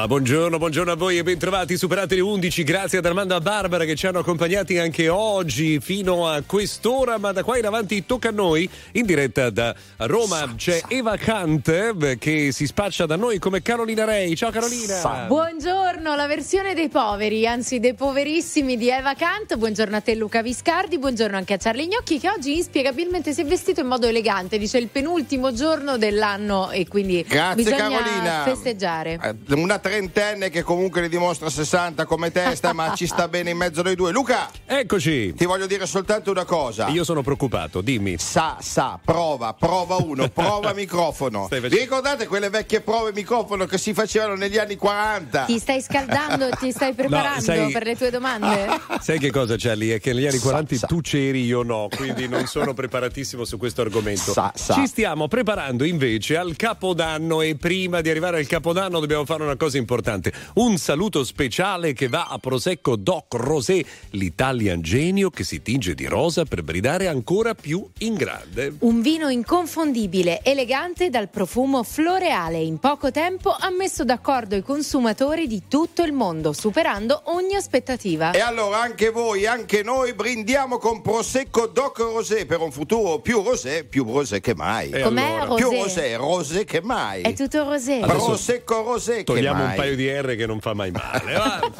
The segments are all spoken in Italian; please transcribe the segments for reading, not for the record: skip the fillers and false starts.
Ma buongiorno a voi e bentrovati. Superate le 11, grazie ad Armando e a Barbara che ci hanno accompagnati anche oggi fino a quest'ora, ma da qua in avanti tocca a noi. In diretta da Roma c'è Eva Kant che si spaccia da noi come Carolina Rei. Ciao Carolina. Buongiorno, la versione dei poveri, anzi dei poverissimi di Eva Kant. Buongiorno a te Luca Viscardi, buongiorno anche a Charlie Gnocchi che oggi inspiegabilmente si è vestito in modo elegante. Dice il penultimo giorno dell'anno e quindi grazie, bisogna Carolina. Festeggiare. Una trentenne che comunque ne dimostra 60 come testa, ma ci sta bene in mezzo noi due. Luca, eccoci. Ti voglio dire soltanto una cosa. Io sono preoccupato, dimmi. Prova uno, prova microfono. Vi ricordate quelle vecchie prove microfono che si facevano negli anni 40? Ti stai scaldando, ti stai preparando per le tue domande? Sai che cosa, Charlie? È che negli anni 40 tu c'eri, io no, quindi non sono preparatissimo su questo argomento. Ci stiamo preparando invece al Capodanno e prima di arrivare al Capodanno dobbiamo fare una cosa importante. Un saluto speciale che va a Prosecco Doc Rosé, l'Italian genio che si tinge di rosa per brillare ancora più in grande. Un vino inconfondibile, elegante dal profumo floreale. In poco tempo ha messo d'accordo i consumatori di tutto il mondo, superando ogni aspettativa. E allora anche voi, anche noi brindiamo con Prosecco Doc Rosé per un futuro più rosé che mai. Com'è allora? rosé? Più rosé che mai. È tutto rosé. Prosecco rosé che mai. Togliamo un paio di R che non fa mai male.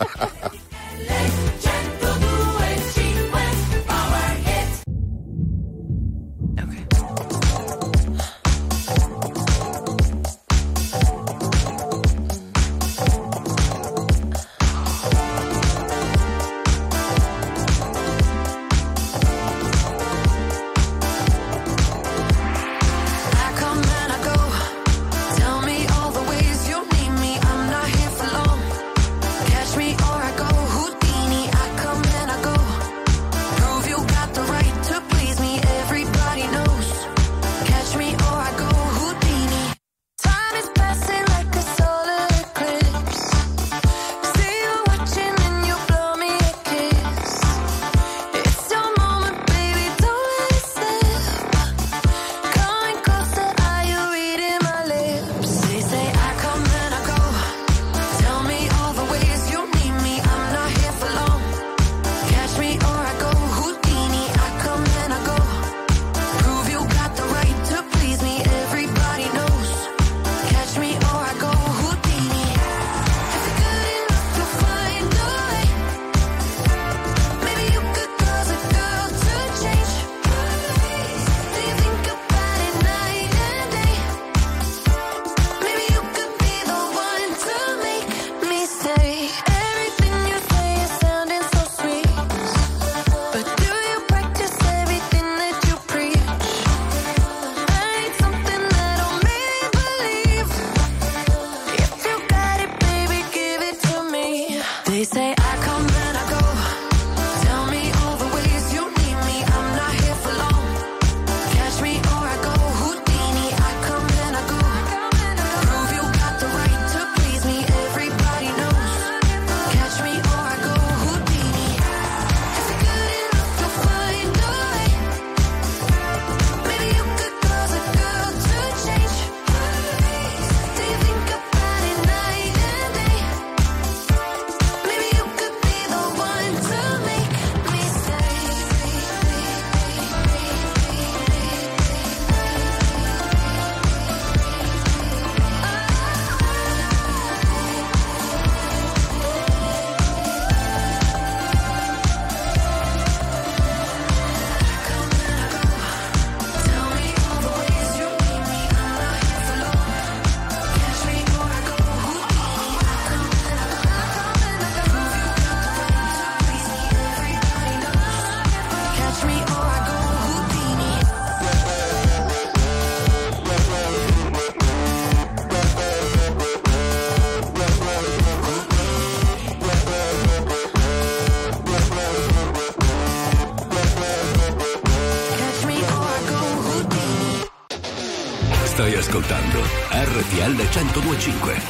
Stai ascoltando RTL 102.5.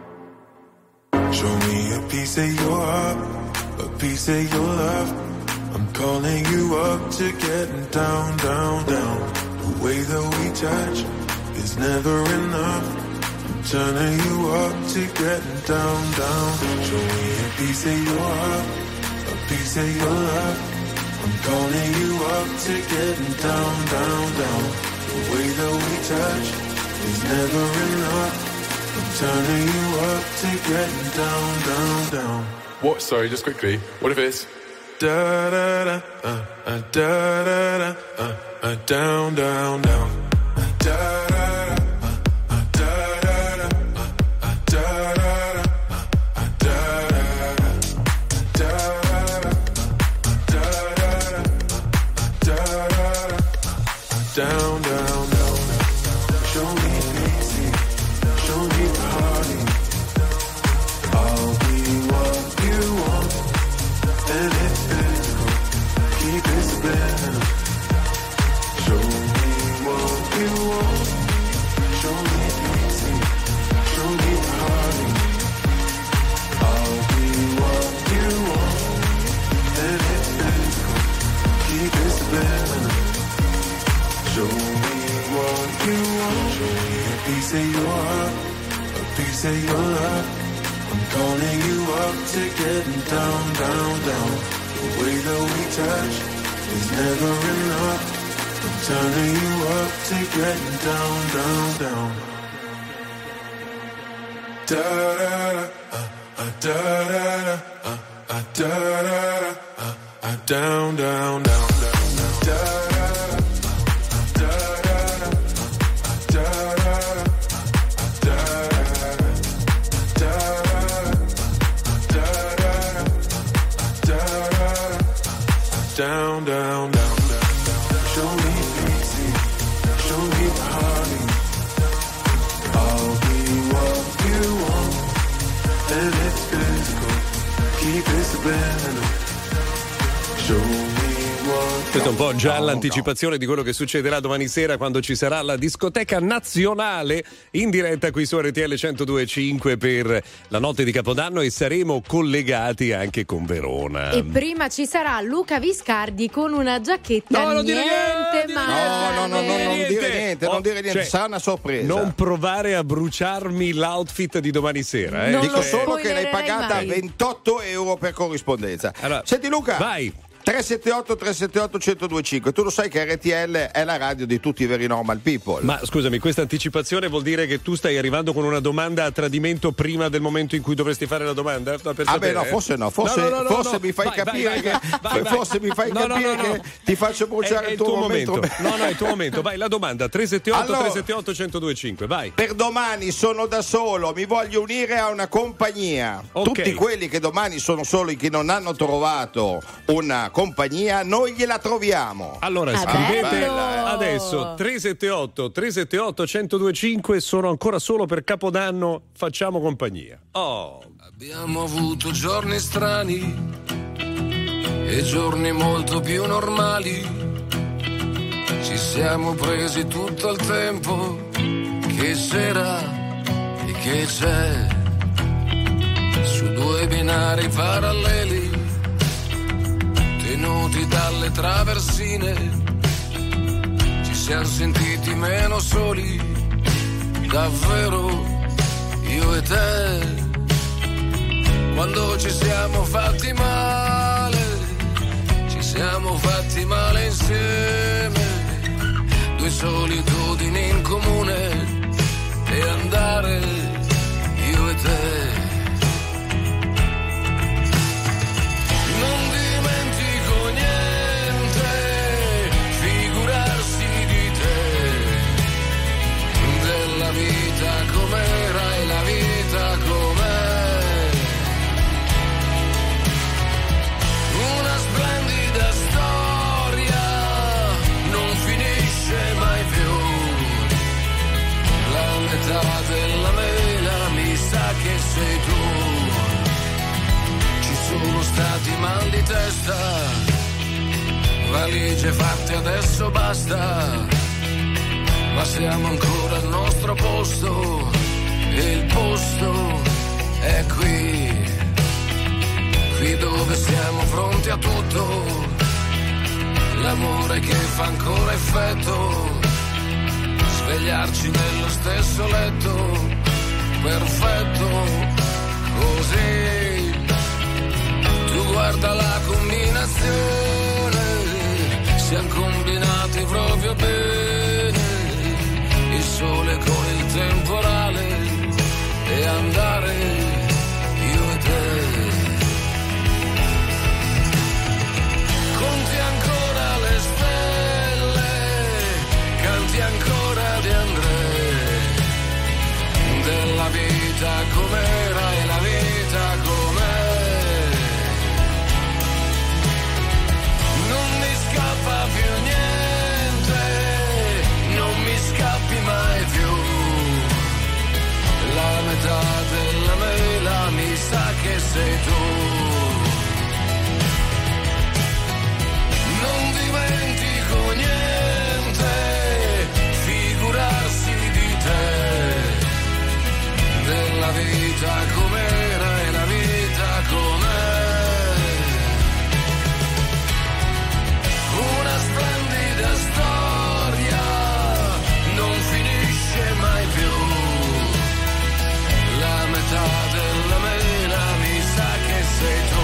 Show me a piece of your heart, a piece of your love. I'm calling you up to getting down, down, down. The way that we touch is never enough. I'm turning you up to getting down, down. Show me a piece of your heart, a piece of your love. I'm calling you up to getting down, down, down. The way that we touch is never enough. I'm turning you up to getting down, down, down. What? Sorry, just quickly. What if it's da da da da da da down, down, down. Da da down, down, down. Show me easy, show me party. I'll be what you want, and it's physical. Keep it spinning. Show me what you want. Show me easy, show me party. I'll be what you want, and it's physical. Keep it spinning. Show me what you want. Show me a piece of your heart, a piece of your love. I'm calling you up to getting down, down, down. The way that we touch is never enough. I'm turning you up to getting down, down, down. Da da da da da da down, down, down, down, da. Down, down, down, down. Show me easy, show me party. I'll be what you want, and it's physical. Keep it spinning. Show me what. Questo è un po' già l'anticipazione di quello che succederà domani sera quando ci sarà la discoteca nazionale in diretta qui su RTL 102.5 per la notte di Capodanno e saremo collegati anche con Verona. E prima ci sarà Luca Viscardi con una giacchetta non niente male. No, non dire niente, sarà una sorpresa. Non provare a bruciarmi l'outfit di domani sera. Dico solo che l'hai pagata 28 euro per corrispondenza. Allora, senti Luca, vai. 378-378-1025. Tu lo sai che RTL è la radio di tutti i veri normal people. Ma scusami, questa anticipazione vuol dire che tu stai arrivando con una domanda a tradimento prima del momento in cui dovresti fare la domanda? Forse mi fai capire che ti faccio bruciare il tuo momento. No, è il tuo momento. Vai, la domanda 378-378-1025. Vai. Per domani sono da solo, mi voglio unire a una compagnia. Okay. Tutti quelli che domani sono soli, che non hanno trovato una compagnia, noi gliela troviamo. Allora scrivete adesso 378-378-1025. Sono ancora solo per Capodanno, facciamo compagnia. Abbiamo avuto giorni strani e giorni molto più normali. Ci siamo presi tutto il tempo che c'era e che c'è su due binari paralleli tenuti dalle traversine. Ci siamo sentiti meno soli, davvero, io e te. Quando ci siamo fatti male insieme. Due solitudini in comune e andare, io e te. Com'era e la vita com'è, una splendida storia, non finisce mai più. La metà della mela mi sa che sei tu. Ci sono stati mal di testa, valigie fatte adesso basta. Ma siamo ancora al nostro posto e il posto è qui dove siamo pronti a tutto l'amore che fa ancora effetto, svegliarci nello stesso letto, perfetto, così. Tu guarda la combinazione, siamo combinati proprio bene, il sole con il temporale e andare io e te. Conti ancora le stelle, canti ancora di Andrea, della vita com'era e la vita com'è. Non mi scappa più niente, non mi scappi mai più. La metà della mela mi sa che sei tu. Non dimentico niente, figurarsi di te, della vita com'era e la vita com'è. Una splendida storia, non finisce mai più. La metà della mela mi sa che sei tu.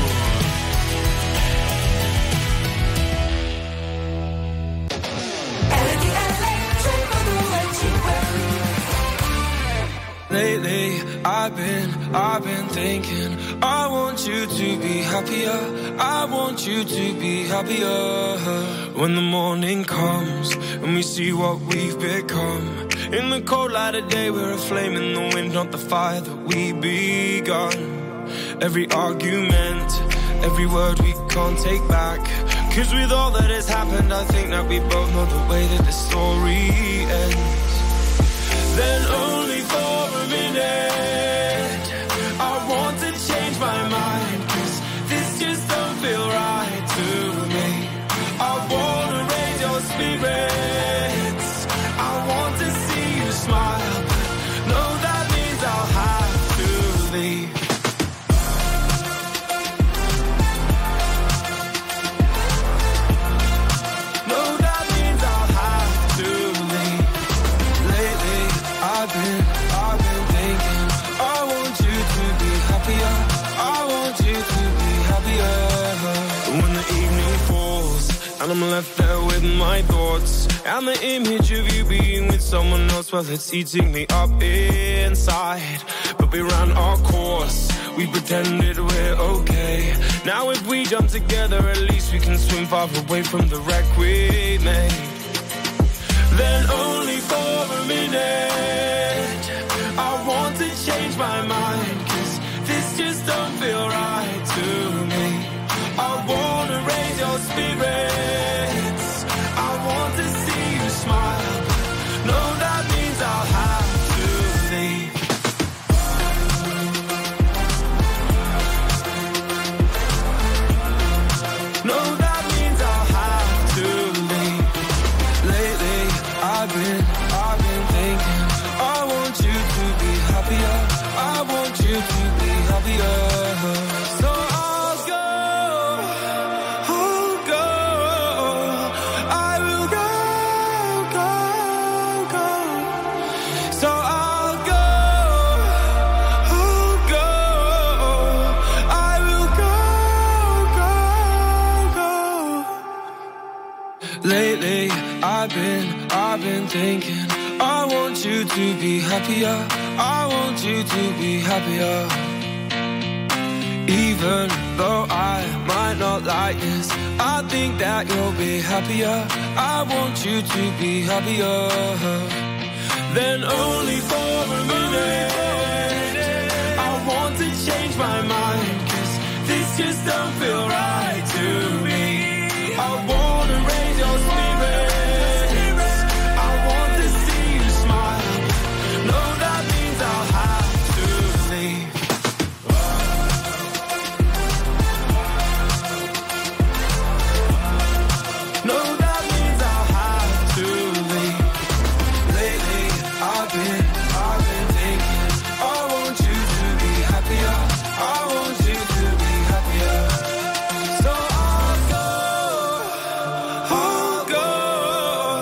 Lately, I've been thinking, I want you to be happier, I want you to be happier. When the morning comes and we see what we've become, in the cold light of day we're a flame in the wind, not the fire that we begun. Every argument, every word we can't take back, 'cause with all that has happened I think that we both know the way that the story ends. Then only for a minute I want to change my mind, 'cause this just don't feel right to me. I wanna raise your spirits, I want to see you smile, but no, that means I'll have to leave. No, that means I'll have to leave. Lately I've been thinking, I want you to be happier, I want you to be happier. When the evening falls and I'm left there with my thoughts, and the image of you being with someone else, well, it's eating me up inside. But we ran our course, we pretended we're okay. Now if we jump together, at least we can swim far away from the wreck we made. Then only for a minute I want to change my mind, 'cause this just don't feel right to me. I wanna raise your spirits, I want to see you smile, no, that means I'll have to leave. No, that means I'll have to leave. Lately I've been thinking, I want you to be happier, I want you to be happier. So I'll go, I will go. So I'll go, I will go. Lately I've been thinking, I want you to be happier, I want you to be happier. Even though I might not like this, I think that you'll be happier, I want you to be happier. Then only for a minute I want to change my mind, 'cause this just don't feel right to me. I wanna raise your spirits, I want to see you smile, no, that means I'll have to leave. No, that means I'll have to leave. Lately I've been thinking, I want you to be happier, I want you to be happier.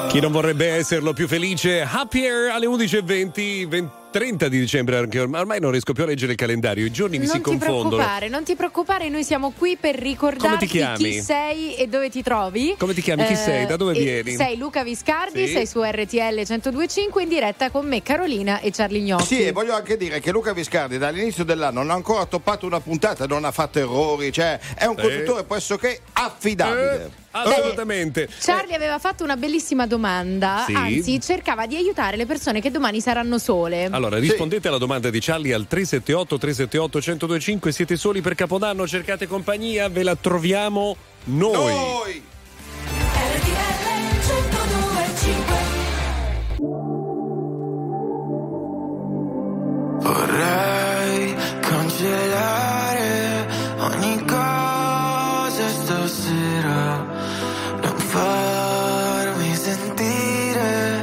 Chi non vorrebbe esserlo più felice? Happier alle 11:20, 30 di dicembre, ormai non riesco più a leggere il calendario, i giorni mi si confondono. Non ti preoccupare, noi siamo qui per ricordarti chi sei e dove ti trovi. Come ti chiami? Chi sei? Da dove vieni? Sei Luca Viscardi, sei su RTL 102.5 in diretta con me, Carolina e Charlie Gnocchi. Sì, e voglio anche dire che Luca Viscardi dall'inizio dell'anno non ha ancora toppato una puntata, non ha fatto errori, cioè è un conduttore pressoché affidabile. Assolutamente. Charlie aveva fatto una bellissima domanda, anzi cercava di aiutare le persone che domani saranno sole. Allora rispondete alla domanda di Charlie al 378-378-1025. Siete soli per Capodanno, cercate compagnia, ve la troviamo noi. Vorrei cancellare ogni cosa stasera, non farmi sentire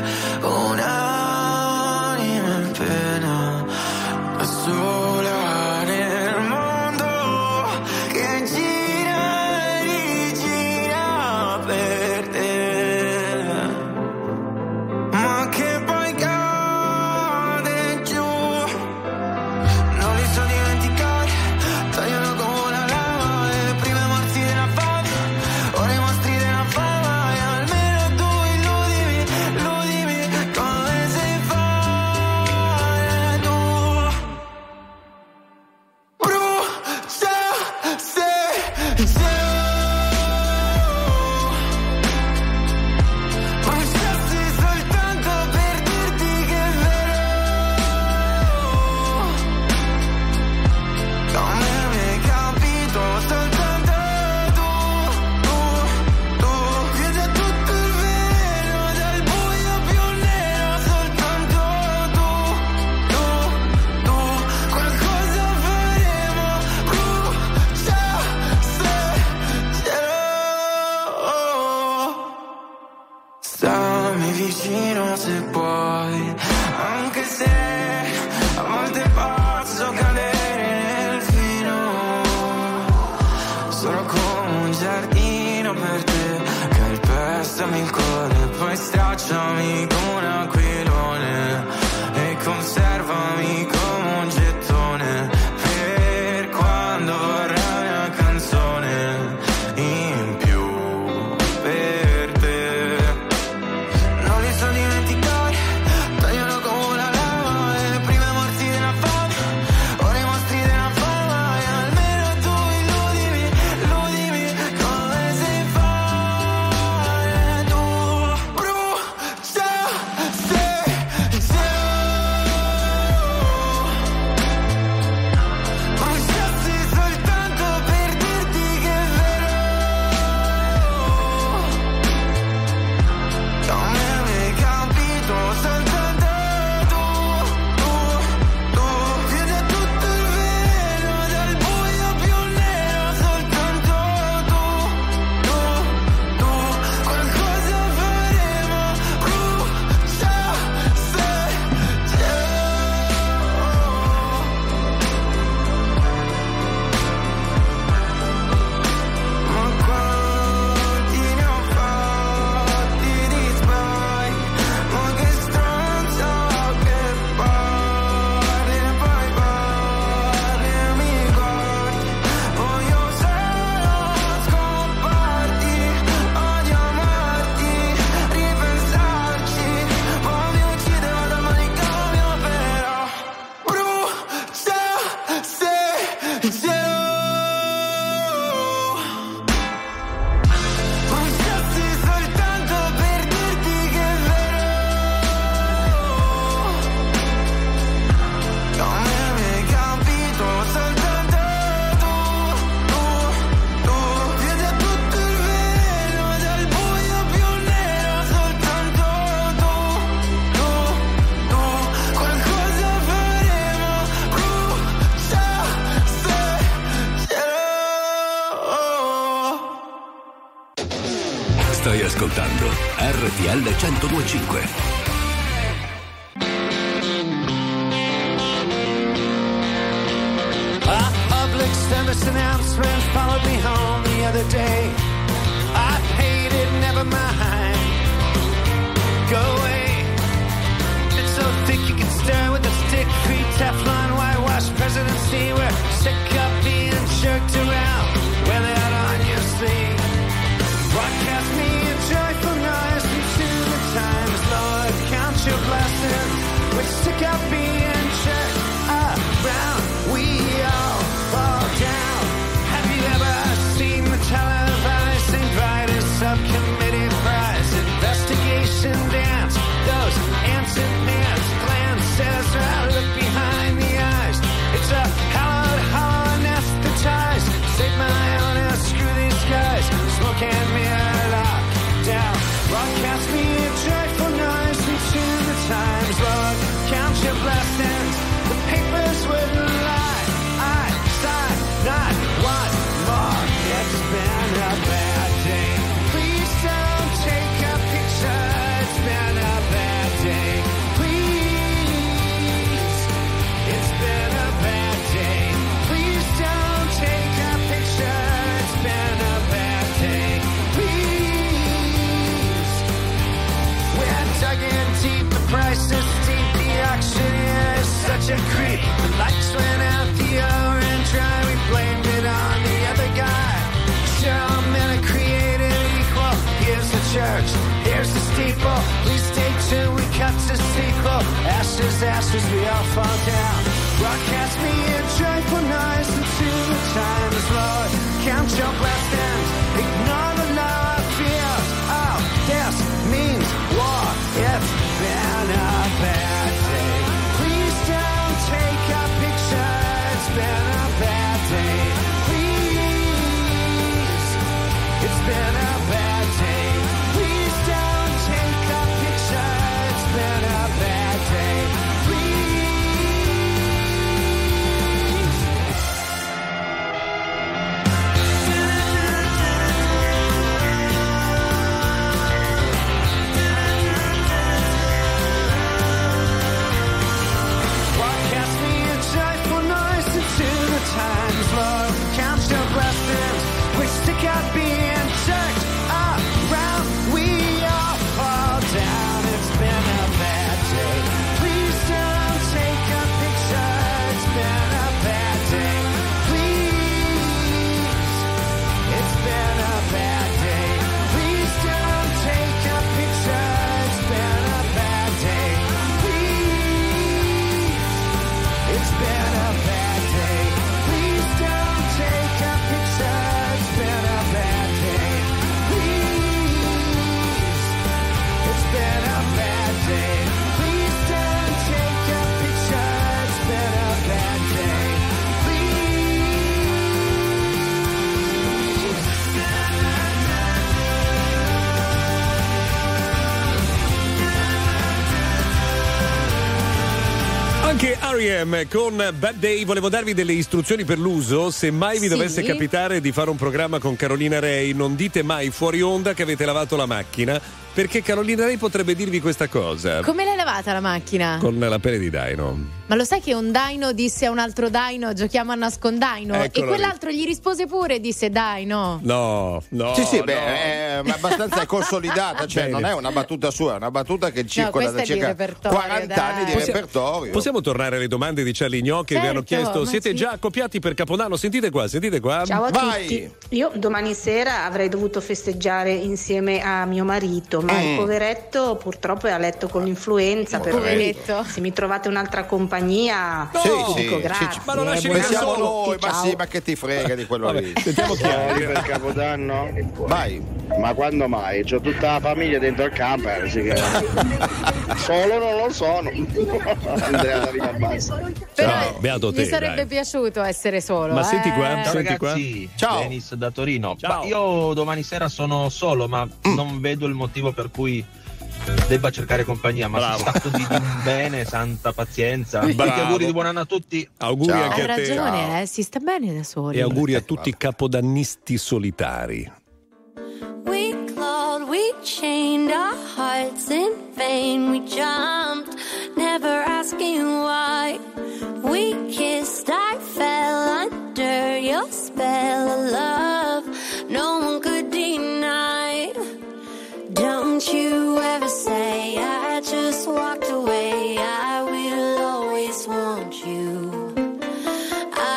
un'anima in pena, da sola nel mondo che gira e rigira per te, ma che poi cade giù. Non li so dimenticare, tagliano come una lama, le prime morsi della fama, ora i mostri della fama, e almeno tu illudimi come sei fare tu. Brucia se bruciassi soltanto per dirti che è vero, come mi hai capito soltanto tu, chiudi a tutto il vero, dal buio più nero, soltanto tu, qualcosa faremo, brucia se stammi vicino se puoi, anche se a volte posso cadere nel fino, sono come un giardino per te, calpestami il cuore, poi stracciami come un aquilone e conservami come un gettone per quando vorrai una canzone in più per te. Non li so dimenticare, tagliano come una lama, le prime morsi della fama, ora i mostri della fama, e almeno tu illudimi come sei fare tu. Brucia se bruciassi soltanto per dirti che è vero, come mi hai capito soltanto tu, chiudi a tutto il vero, dal buio più nero, soltanto tu, qualcosa faremo, brucia se ma quanti ne ho fatti di sbagli, ma che stronza che parli e poi parli e mi guardi, voglio solo scomparti, odio amarti, ripensarci, poi mi uccide vado al manicomio però, brucia se bruciassi soltanto per dirti che è vero, come mi hai capito soltanto tu, chiudi a tutto il vero, dal buio più nero, soltanto tu, qualcosa faremo, brucia se Stai ascoltando RTL 102.5. A public service announcement followed me home the other day. I paid it, never mind. see we're sick of being jerked around. Wear that on your sleeve. Broadcast me a joyful noise into the times, Lord. Count your blessings. We're sick of being jerked around. We all fall down. Have you ever seen the televised invited subcommittee prize investigation dance? Those answered man's glances, look behind the eyes. It's a hallowed, hollow anesthetized. Save my honor, screw these guys. Smoke and mirror lock down. Broadcast me a joyful noise into the times, Lord. Count your blessings. The papers wouldn't lie. I sign not one more. It's been a bad day. Please don't take a picture. It's been a bad day. Please. It's been a bad day. Please don't take a picture. It's been a bad day. Please. We're dug in deep. The price is steep. The auctioneer is such a creep. The lights went out. The orange dry. We blamed it on the other guy. Sure, all men are created equal. Here's the church. Here's the steeple. Please stay tuned. We cut to sequel. Ashes, ashes, we all fall down. Broadcast me a joyful noise into the times, Lord. Count your blessings. Ignore the law of fears. Oh, this means war. It's been a bad day. Please don't take a picture. It's been a bad day. Please. It's been a bad day. Please don't take a picture. It's been a bad day. Broadcast me a joyful noise into the times, Lord. Count your blessings. We're sick of being jerked around. We all fall down. It's been a bad day. Please don't take a picture. It's been a bad day. Please. It's been a bad day. Please don't take a picture. It's been a bad day. Please. It's been a bad day. Please don't take a picture. It's been a bad day. Please. It's been a bad day. Please don't take a picture. It's been a bad day. Anche R.E.M. con Bad Day. Volevo darvi delle istruzioni per l'uso. Se mai vi dovesse capitare di fare un programma con Carolina Rei, non dite mai fuori onda che avete lavato la macchina, perché Carolina Rei potrebbe dirvi questa cosa. Come l'hai lavata la macchina? Con la pelle di Dino. Ma lo sai che un Dino disse a un altro Dino giochiamo a nascondaino? Eccolo e quell'altro gli rispose pure e disse dai no. No. Sì, no. beh, è abbastanza consolidata, cioè non è una battuta sua, è una battuta che circola da circa 40 anni di repertorio. Possiamo tornare alle domande di Charlie Gnocchi che vi hanno chiesto, siete già accoppiati per Capodanno? Sentite qua. Ciao a Vai. tutti. Io domani sera avrei dovuto festeggiare insieme a mio marito, ma il poveretto purtroppo è a letto con l'influenza, per cui se mi trovate un'altra compagnia dico grazie. Ma non lasci pensiamo noi, ma che ti frega di quello lì. Sentiamo chiaro. Per Capodanno? Vai. Ma quando mai? C'ho tutta la famiglia dentro il camper, solo non lo sono. Andrea da Vigabassa. Ciao, beato te. Mi sarebbe piaciuto essere solo. Ma senti qua, Ciao senti ragazzi, qua. Ciao. Denis da Torino. Ciao. Ma io domani sera sono solo, ma non vedo il motivo per cui debba cercare compagnia, ma si sta così di bene, santa pazienza. Tanti auguri di buon anno a tutti. Auguri anche a te. Hai ragione, si sta bene da soli. E auguri a tutti i capodannisti solitari. We clawed, we chained our hearts in vain. We jumped, never asking why. We kissed, I fell under your spell of love. No one could deny. Don't you ever say I just walked away. I will always want you.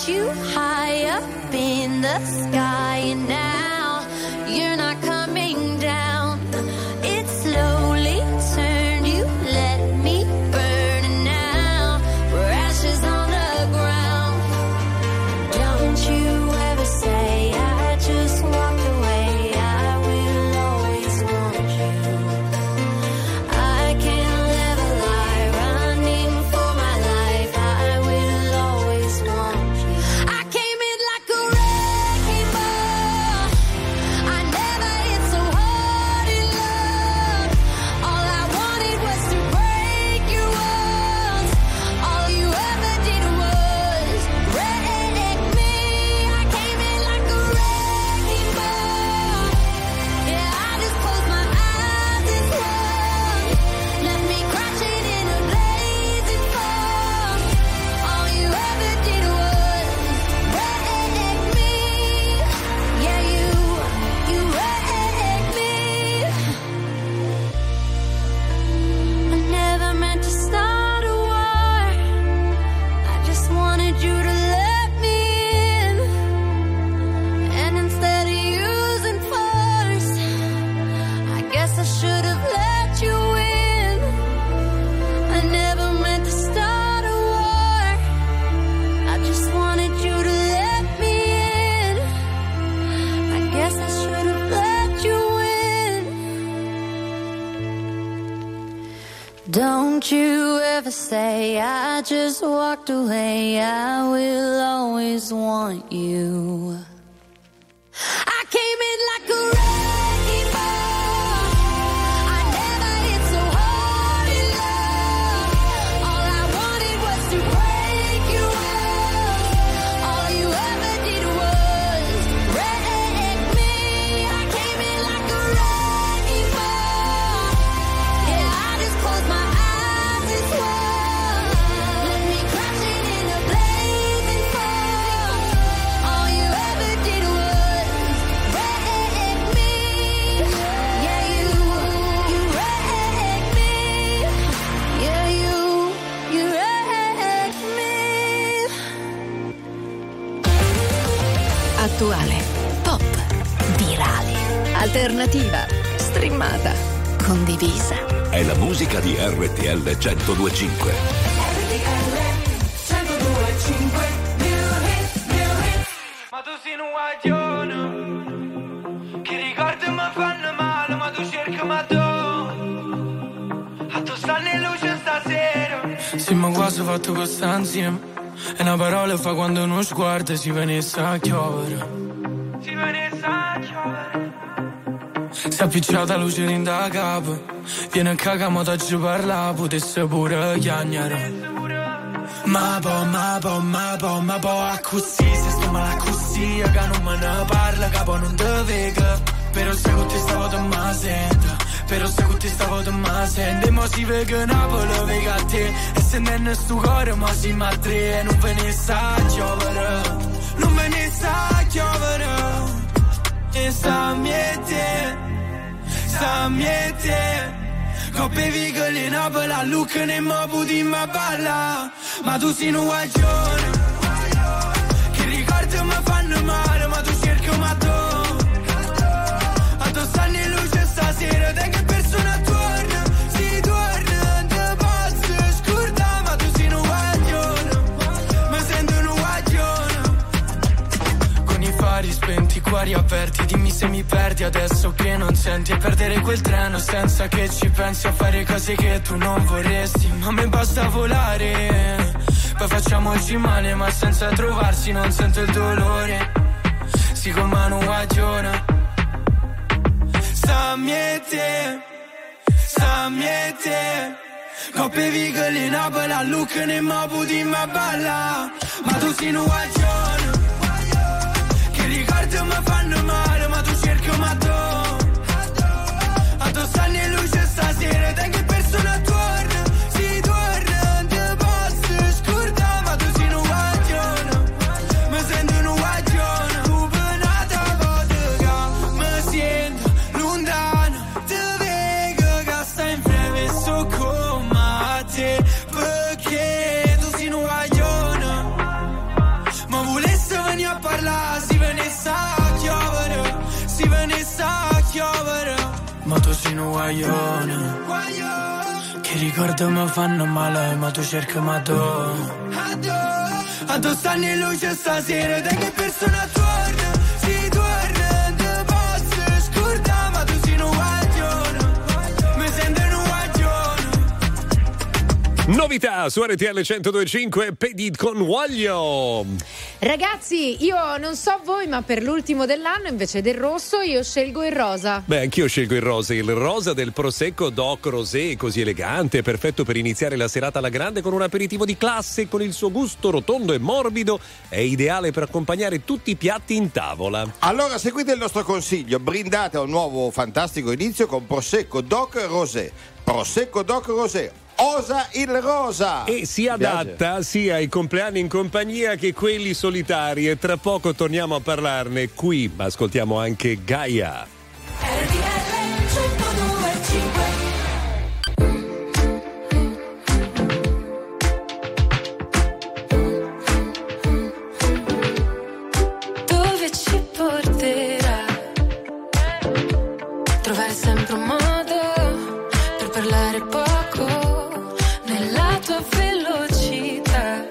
you high up in the sky, and now you're not coming down. It slowly turned, you let me burn, and now we're ashes on the ground. Don't you ever say I just walked away, I will always want you. I can't live a lie, running for my life, I will always want you. I came in like a wrecking ball, I never hit so hard in love. All I wanted was to break your walls, all you ever did was wreck me. I came in like a wrecking ball, yeah, I just closed my eyes and swung, left me crashing in a blazing fall. All you ever did was wreck me, yeah, you wrecked me. I never meant to start a war, I just wanted you to let me in, and instead of using force, I guess I should have let you in. I never meant to start a war, I just wanted you to let me in. I guess I should have let you in. Don't you ever say I just walked away, I will always want you. I came in like a wrecking ball, I never hit so hard in love. All I wanted was to break your walls, all you ever did was wreck me. I came in like a wrecking ball, yeah, I just closed my eyes and swung, left me crashing in a blazing fall. All you ever did was wreck me, yeah, you wrecked me, yeah, you wrecked me. Attuale, pop, virale, alternativa, streamata, condivisa. È la musica di RTL 102.5. Ma tu sei un guaglione che ricordi mi fanno male, ma tu cerchi ma tu a tu stanno in luce stasera. Sì, ma quasi fatto questa insieme, e una parola fa quando uno sguardo si venisse a chiovere. Si venisse a chiovere. Si è appicciata luce in da capo, viene a cagamo da ci parla, potesse pure chiagnare. Ma po' a così, se sto male così, che non me ne parla, capo non te vega. Però se con te stavo te ma sento, però se con te stavo te ma sento. E mo si vega Napoli, vega a te, e se non è sto cuore, ma si ma tre. E non ve ne sa chiovere, non ve ne sa chiovere. E sta miete, coppe vigole in Napoli, a Lucca ne mo puti ma balla. Ma tu sei un guaglione che ricordi mi fanno male, ma tu cerchi ma tu a tu stanno in luce stasera, te che persona torna, si torna, te posso scordare. Ma tu sei un guaglione, mi sento un guaglione. Con i fari spenti, i cuori aperti, dimmi se mi perdi adesso che non senti, e perdere quel treno senza che ci pensi, a fare cose che tu non vorresti. Ma a me basta volare, poi facciamoci male, ma senza trovarsi non sento il dolore. Si come una guaglione. Sta miete, coppe vigole in Napoli, a Lucca ne mo puti ma balla. Ma tu sei un guaglione che ricordi mi fanno male, ma tu cerchi ma tu a tu stanno in luce stasera, te che persona torna, si torna, te posso scordare. Ma tu sei un guaglione, mi sento un guaglione. Tu penata vodka, mi sento lontano, te vedo che stai in breve, so come te, perché tu sei un guaglione. Ma veni a parlare, si venisse a chiovere, si venisse a chiovere. Ma tu sei un guaglione, che ricordo mi fanno male, ma tu cerchi ma tu. Addo stanno in luce stasera, da che persona torna, si torna, te posso scordare, ma tu sei un guaglione, mi sento un guaglione. Novità su RTL 102.5, Pedid con Voglio. Ragazzi, io non so voi, ma per l'ultimo dell'anno invece del rosso io scelgo il rosa. Beh, anch'io scelgo il rosa del Prosecco Doc Rosé, così elegante, perfetto per iniziare la serata alla grande con un aperitivo di classe, con il suo gusto rotondo e morbido, è ideale per accompagnare tutti i piatti in tavola. Allora seguite il nostro consiglio, brindate a un nuovo fantastico inizio con Prosecco Doc Rosé. Prosecco Doc Rosé. Osa il rosa e si adatta sia ai compleanni in compagnia che quelli solitari, e tra poco torniamo a parlarne qui, ma ascoltiamo anche Gaia. Dove ci porterà? Trovare sempre un modo per parlare poco nella tua velocità.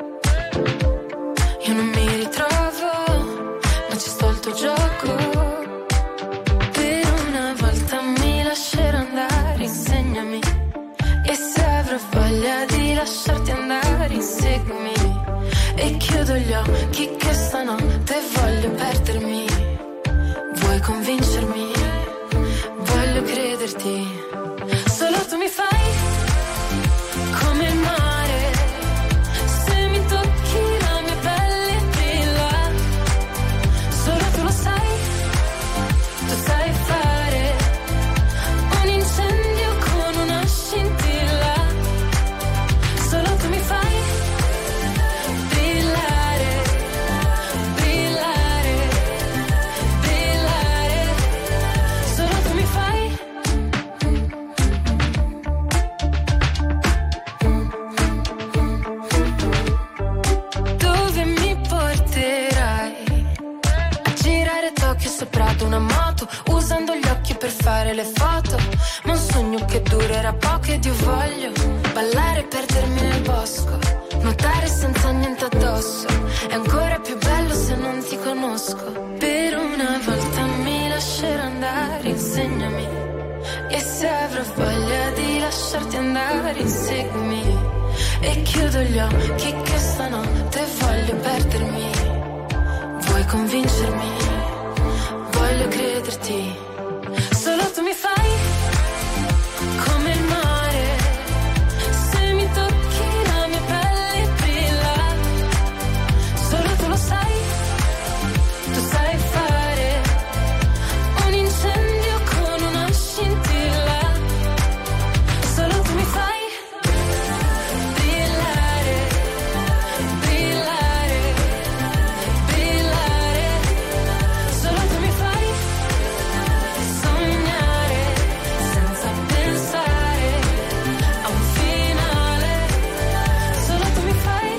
Io non mi ritrovo, ma ci sto al tuo gioco. Per una volta mi lascerò andare, insegnami. E se avrò voglia di lasciarti andare, inseguimi. E chiudo gli occhi che stanotte voglio perdermi. Vuoi convincermi? Voglio crederti. Solo tu mi fai come il mare, se mi tocchi la mia pelle brilla. Solo tu lo sai, tu sai fare un incendio con una scintilla. Solo tu mi fai brillare, brillare, brillare. Solo tu mi fai. Dove mi porterai? A girare Tokyo sopra ad una moto, usando gli occhi per fare le foto. Ma un sogno che durerà poco ed io voglio ballare e perdermi nel bosco, nuotare senza niente addosso. È ancora più bello se non ti conosco. Per una volta mi lascerò andare, insegnami. E se avrò voglia di lasciarti andare, inseguimi. E chiudo gli occhi che stanotte voglio perdermi. Vuoi convincermi? Voglio crederti. Solo tu mi fai come il mare, se mi tocchi la mia pelle brilla. Solo tu lo sai, tu sai fare un incendio con una scintilla. Solo tu mi fai brillare, brillare, brillare. Solo tu mi fai sognare senza pensare a un finale. Solo tu mi fai.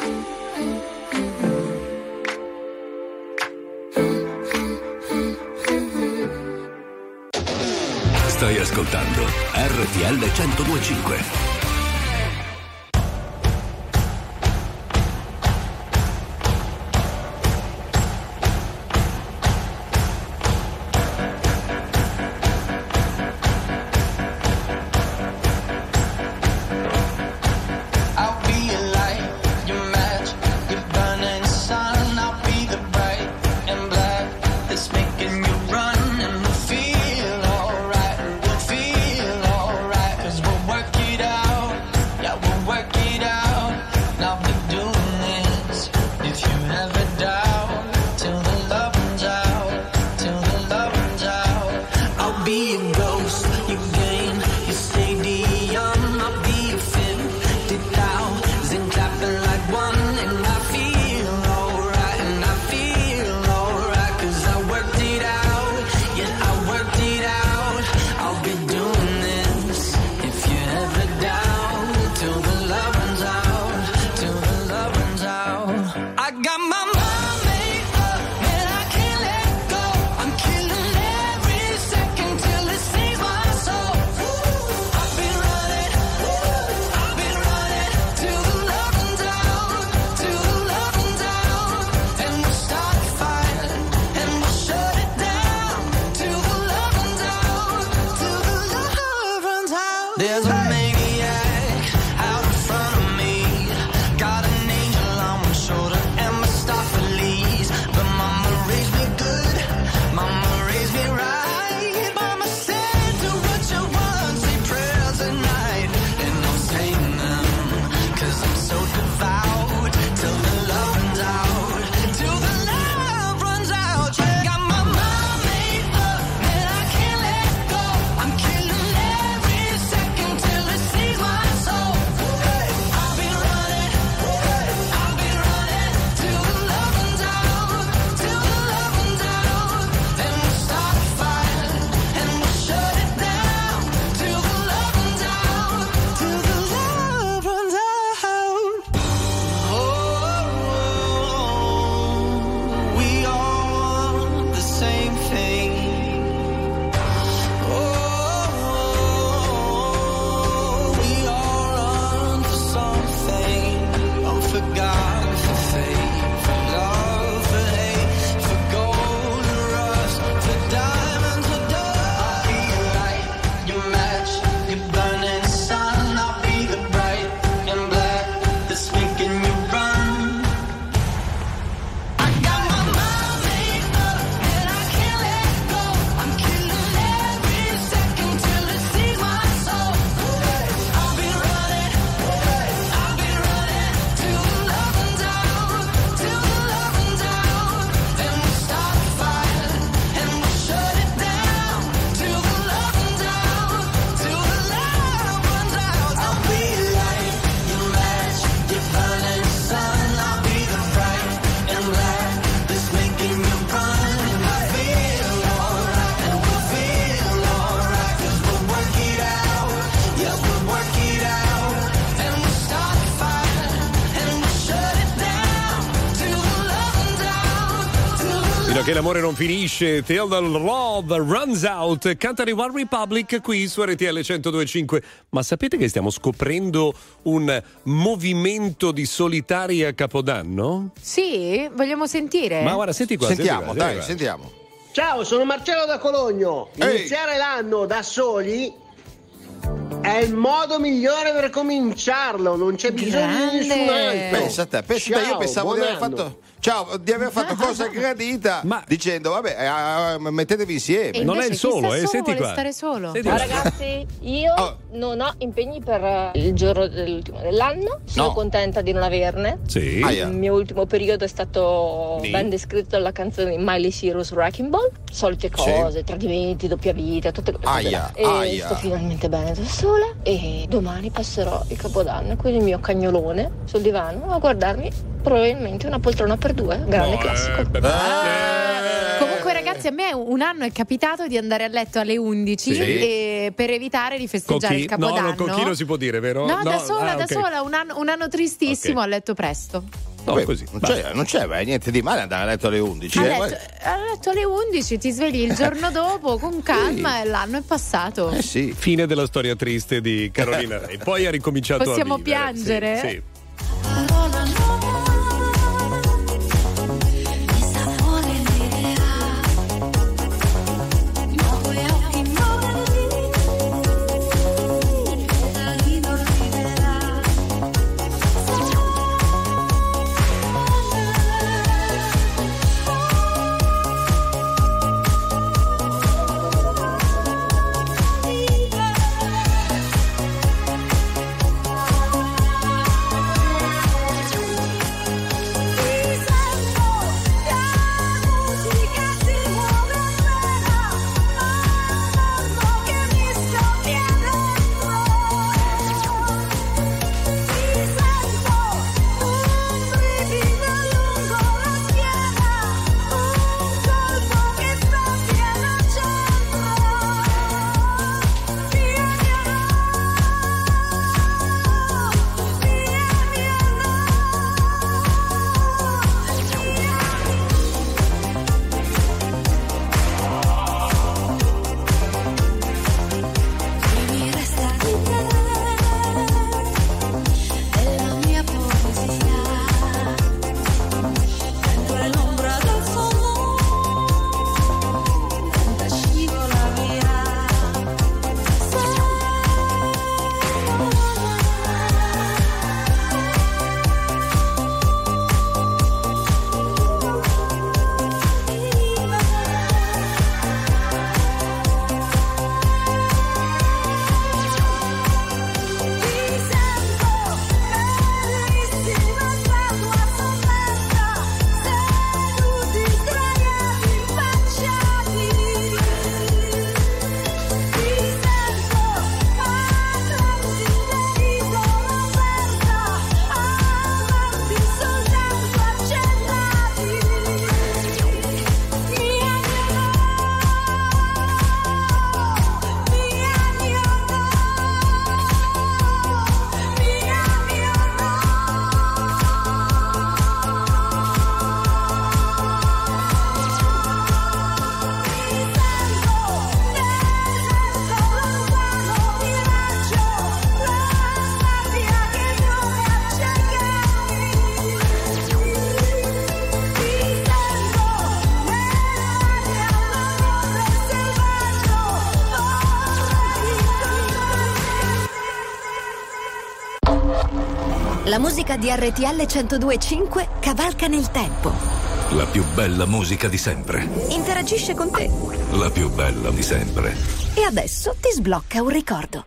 Stai ascoltando RTL 102.5. I'll be your light, your match, your burning sun. I'll be the bright and black that's making you run, and we'll feel alright. We'll feel alright, 'cause we'll work it out. Yeah, we'll work it out. And I'll be doing this if you ever doubt, till the love runs out, till the love runs out. I'll be a ghost, you gain, you stadium. I'll be a 50,000 clapping like one, and I feel alright, and I feel alright, 'cause I worked it out, yeah, I worked it out. I'll be doing this if you're ever down, till the love runs out, till the love runs out. I got my mind Fino a che l'amore non finisce, Till the Love Runs Out, cantano i One Republic qui su RTL 102.5. Ma sapete che stiamo scoprendo un movimento di solitari a Capodanno? Sì, vogliamo sentire? Ma guarda, senti qua. Sentiamo, dai, sentiamo. Ciao, sono Marcello da Cologno. Iniziare l'anno da soli è il modo migliore per cominciarlo, non c'è bisogno di nessun altro. Pensa a te, io pensavo di aver fatto. Ciao, di aver fatto cosa gradita dicendo vabbè, mettetevi insieme. Non è il solo, senti qua. Stare solo. Ciao ragazzi, io non ho impegni per il giorno dell'ultimo dell'anno, sono contenta di non averne. Sì. Il mio ultimo periodo è stato ben descritto dalla canzone di Miley Cyrus Wrecking Ball, solite cose, tradimenti, doppia vita, tutte cose. E sto finalmente bene da sola e domani passerò il Capodanno con il mio cagnolone sul divano a guardarmi probabilmente una poltrona per due, grande classico. Comunque ragazzi, a me un anno è capitato di andare a letto alle 11 e per evitare di festeggiare il Capodanno. No, con chi non si può dire, vero? No, da sola, un anno tristissimo, a letto presto. No, così. Non c'è niente di male andare a letto alle 11. A letto alle 11, ti svegli il giorno dopo con calma e l'anno è passato. Sì. Fine della storia triste di Carolina Rei. Poi ha ricominciato Possiamo a vivere. piangere? Sì. La musica di RTL 102.5 cavalca nel tempo. La più bella musica di sempre. Interagisce con te. La più bella di sempre. E adesso ti sblocca un ricordo.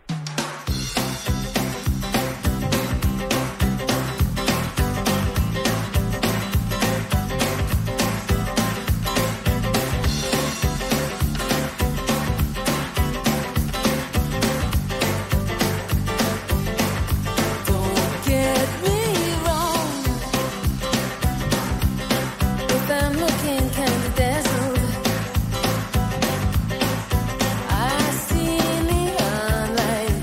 I see neon lights.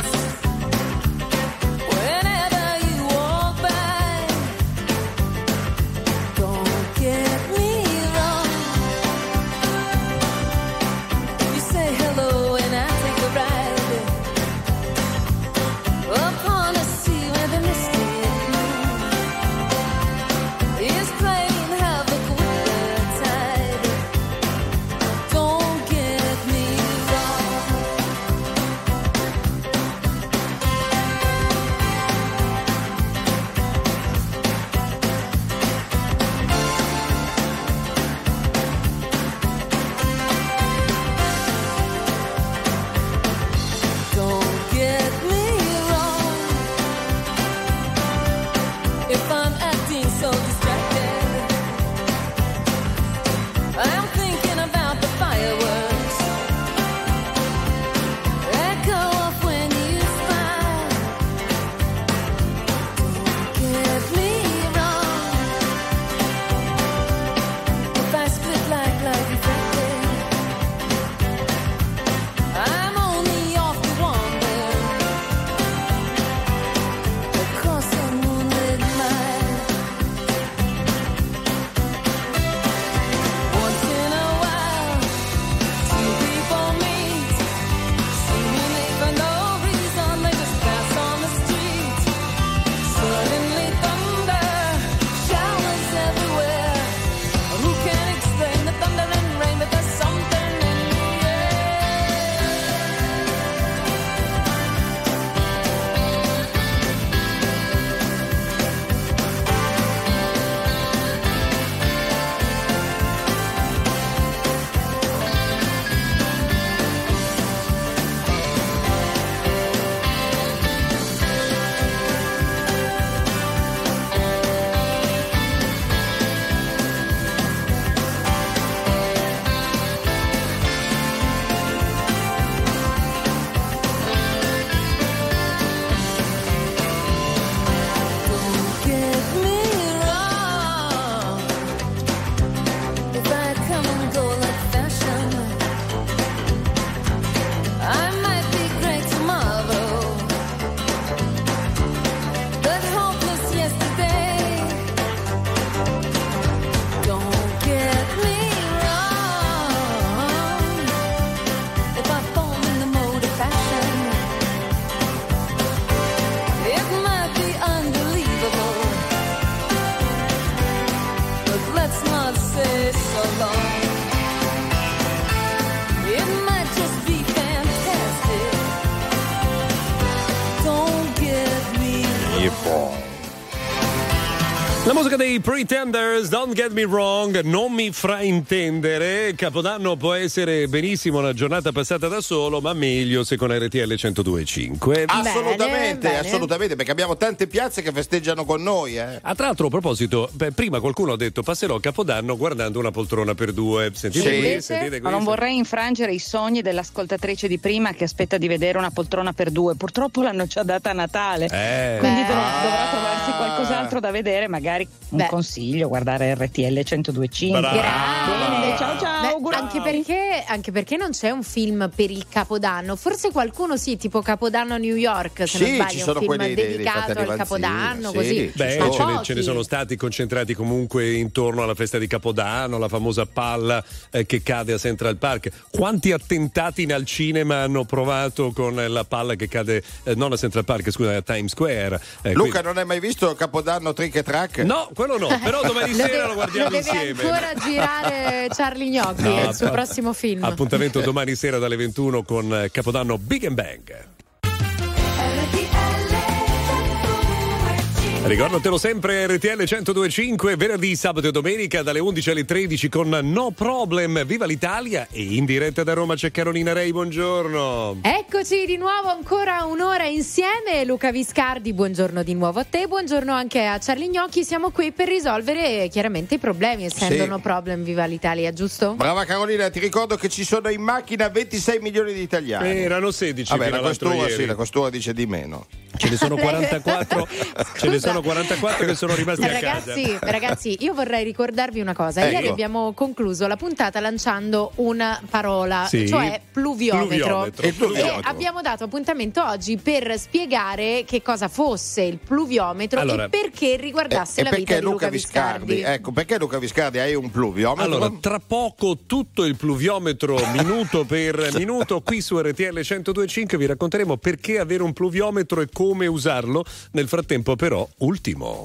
must say so long. It might just be fantastic. Don't get me wrong. La musica dei Pretenders, Don't Get Me Wrong, non mi fraintendere. Capodanno può essere benissimo una giornata passata da solo, ma meglio se con RTL 102.5. Assolutamente, assolutamente, perché abbiamo tante piazze che festeggiano con noi. Tra l'altro, a proposito, prima qualcuno ha detto passerò Capodanno guardando Una poltrona per due. Sentite qui. Ma non vorrei infrangere i sogni dell'ascoltatrice di prima che aspetta di vedere Una poltrona per due. Purtroppo l'hanno già data a Natale, quindi dovrà trovarsi qualcos'altro da vedere, magari un consiglio, guardare RTL 102.5. Grande. Ciao, anche perché non c'è un film per il Capodanno, forse qualcuno sì, tipo Capodanno a New York, se non sbaglio, ci sono un film quelli dedicato al Capodanno, così. Ce ne sono stati concentrati comunque intorno alla festa di Capodanno, la famosa palla che cade a Central Park. Quanti attentati al cinema hanno provato con la palla che cade non a Central Park, scusa, a Times Square. Luca, non hai mai visto Capodanno Trick e Track? No, quello no, però domani sera lo guardiamo insieme. Deve ancora girare Charlie Gnocchi, è il suo prossimo film. Appuntamento domani sera dalle 21 con Capodanno Big and Bang. Ricordatelo sempre, RTL 102.5, venerdì, sabato e domenica dalle 11 alle 13 con No Problem. Viva l'Italia! E in diretta da Roma c'è Carolina Rei, buongiorno. Eccoci di nuovo, ancora un'ora insieme. Luca Viscardi, buongiorno di nuovo a te, buongiorno anche a Charlie Gnocchi. Siamo qui per risolvere chiaramente i problemi, essendo No Problem. Viva l'Italia, giusto? Brava Carolina, ti ricordo che ci sono in macchina 26 milioni di italiani. Erano 16. Vabbè, la questura dice di meno. Ce ne sono 44. Sono 44 che sono rimasti a casa. Ragazzi, io vorrei ricordarvi una cosa. Ieri abbiamo concluso la puntata lanciando una parola, cioè pluviometro. E abbiamo dato appuntamento oggi per spiegare che cosa fosse il pluviometro e perché riguardasse la vita di Luca Viscardi. Ecco, perché Luca Viscardi hai un pluviometro? Allora, tra poco tutto il pluviometro minuto per minuto qui su RTL 102.5 vi racconteremo perché avere un pluviometro e come usarlo. Nel frattempo però ultimo.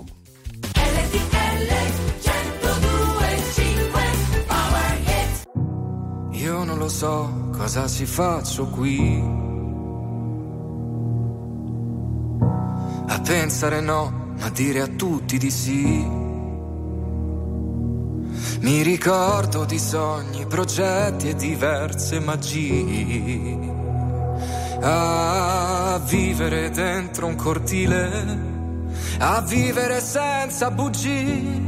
Io non lo so cosa ci faccio qui, a pensare no, ma dire a tutti di sì. Mi ricordo di sogni, progetti e diverse magie, a vivere dentro un cortile, a vivere senza bugie.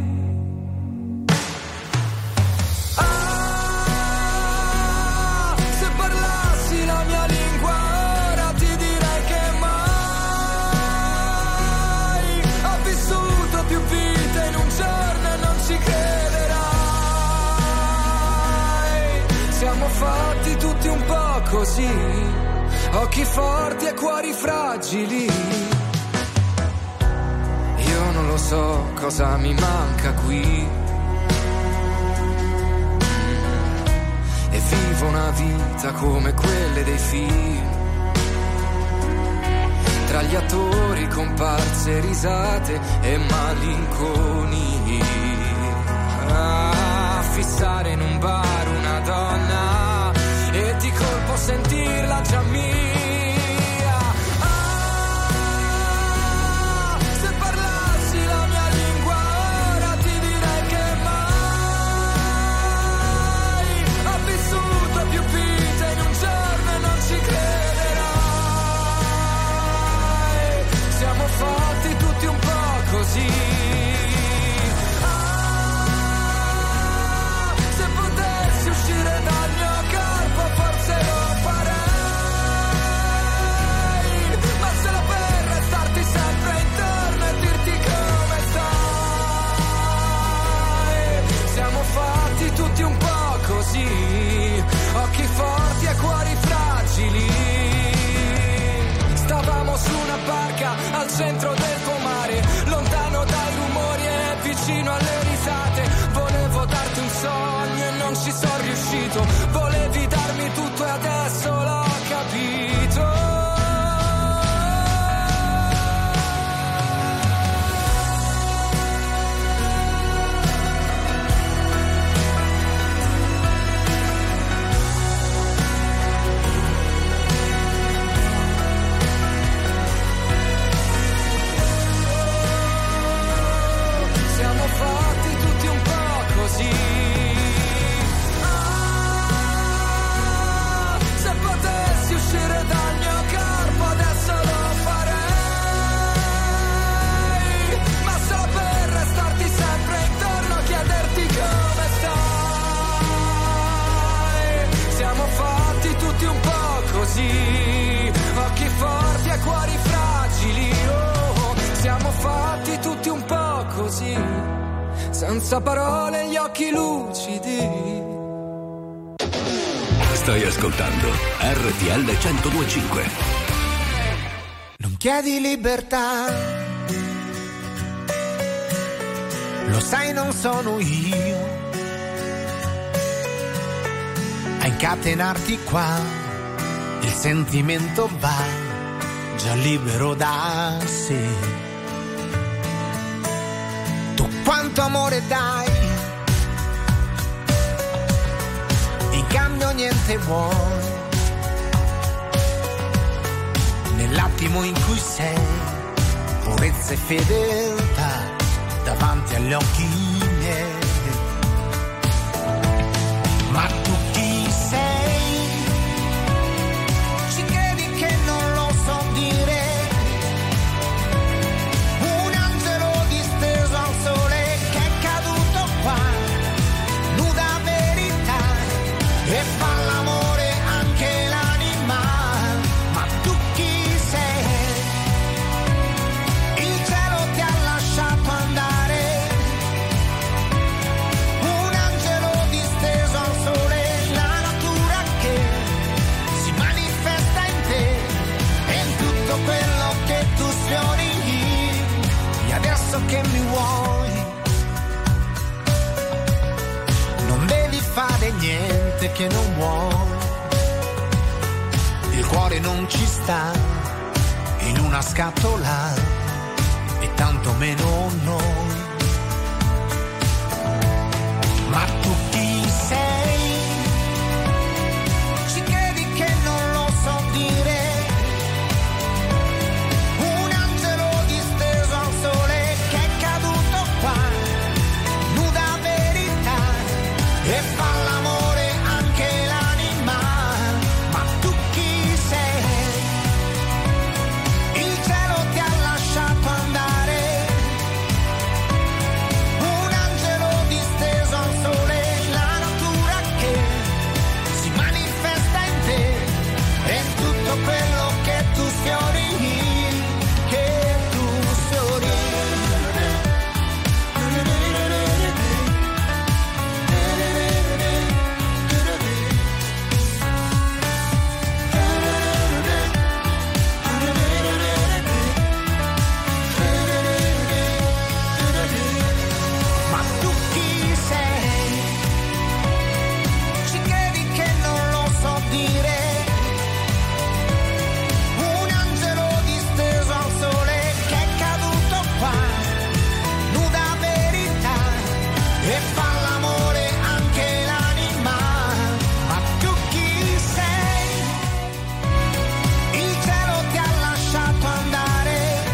Ah, se parlassi la mia lingua ora ti direi che mai ho vissuto più vite in un giorno e non ci crederai. Siamo fatti tutti un po' così, occhi forti e cuori fragili. Io non lo so cosa mi manca qui, e vivo una vita come quelle dei film, tra gli attori, comparse, risate e malinconia. Fissare in un bar una donna e di colpo sentirla già mia. Fatti tutti un po' così. Se potessi uscire dal mio corpo forse lo farei, ma solo per restarti sempre intorno e dirti come stai. Siamo fatti tutti un po' così, occhi forti e cuori fragili. Stavamo su una barca al centro del pomare, lontano dai rumori e vicino alle risate. Volevo darti un sogno e non ci sono riuscito. Volevi darmi tutto e adesso l'ho capito. senza parole, gli occhi lucidi. Stai ascoltando RTL 102.5. Non chiedi libertà, lo sai non sono io a incatenarti qua, il sentimento va già libero da sé. Tu quanto amore dai, in cambio niente vuoi, nell'attimo in cui sei, purezza e fedeltà davanti agli occhi miei. Ma tu chi sei? Ci credi che non lo so dire? Un angelo disteso al sole che è caduto qua, nuda verità, e fa l'amore anche l'anima. Ma tu chi sei? Il cielo ti ha lasciato andare, un angelo disteso al sole, la natura che si manifesta in te e in tutto quello che tu sfiori. E adesso che mi vuoi, non devi fare niente che non vuoi, il cuore non ci sta in una scatola e tanto meno noi. Ma tu chi sei? Ci credi che non lo so dire? Un angelo disteso al sole che è caduto qua, nuda verità, e fa l'amore anche l'anima. Ma tu chi sei? Il cielo ti ha lasciato andare, un angelo disteso al sole, la natura che si manifesta in te e in tutto quello che tu sfiori, che tu sfiori. Ma tu chi sei? Ci credi che non lo so dire? Un angelo disteso al sole che è caduto qua, nuda verità, e fa l'amore anche l'anima. Ma tu chi sei? Il cielo ti ha lasciato andare,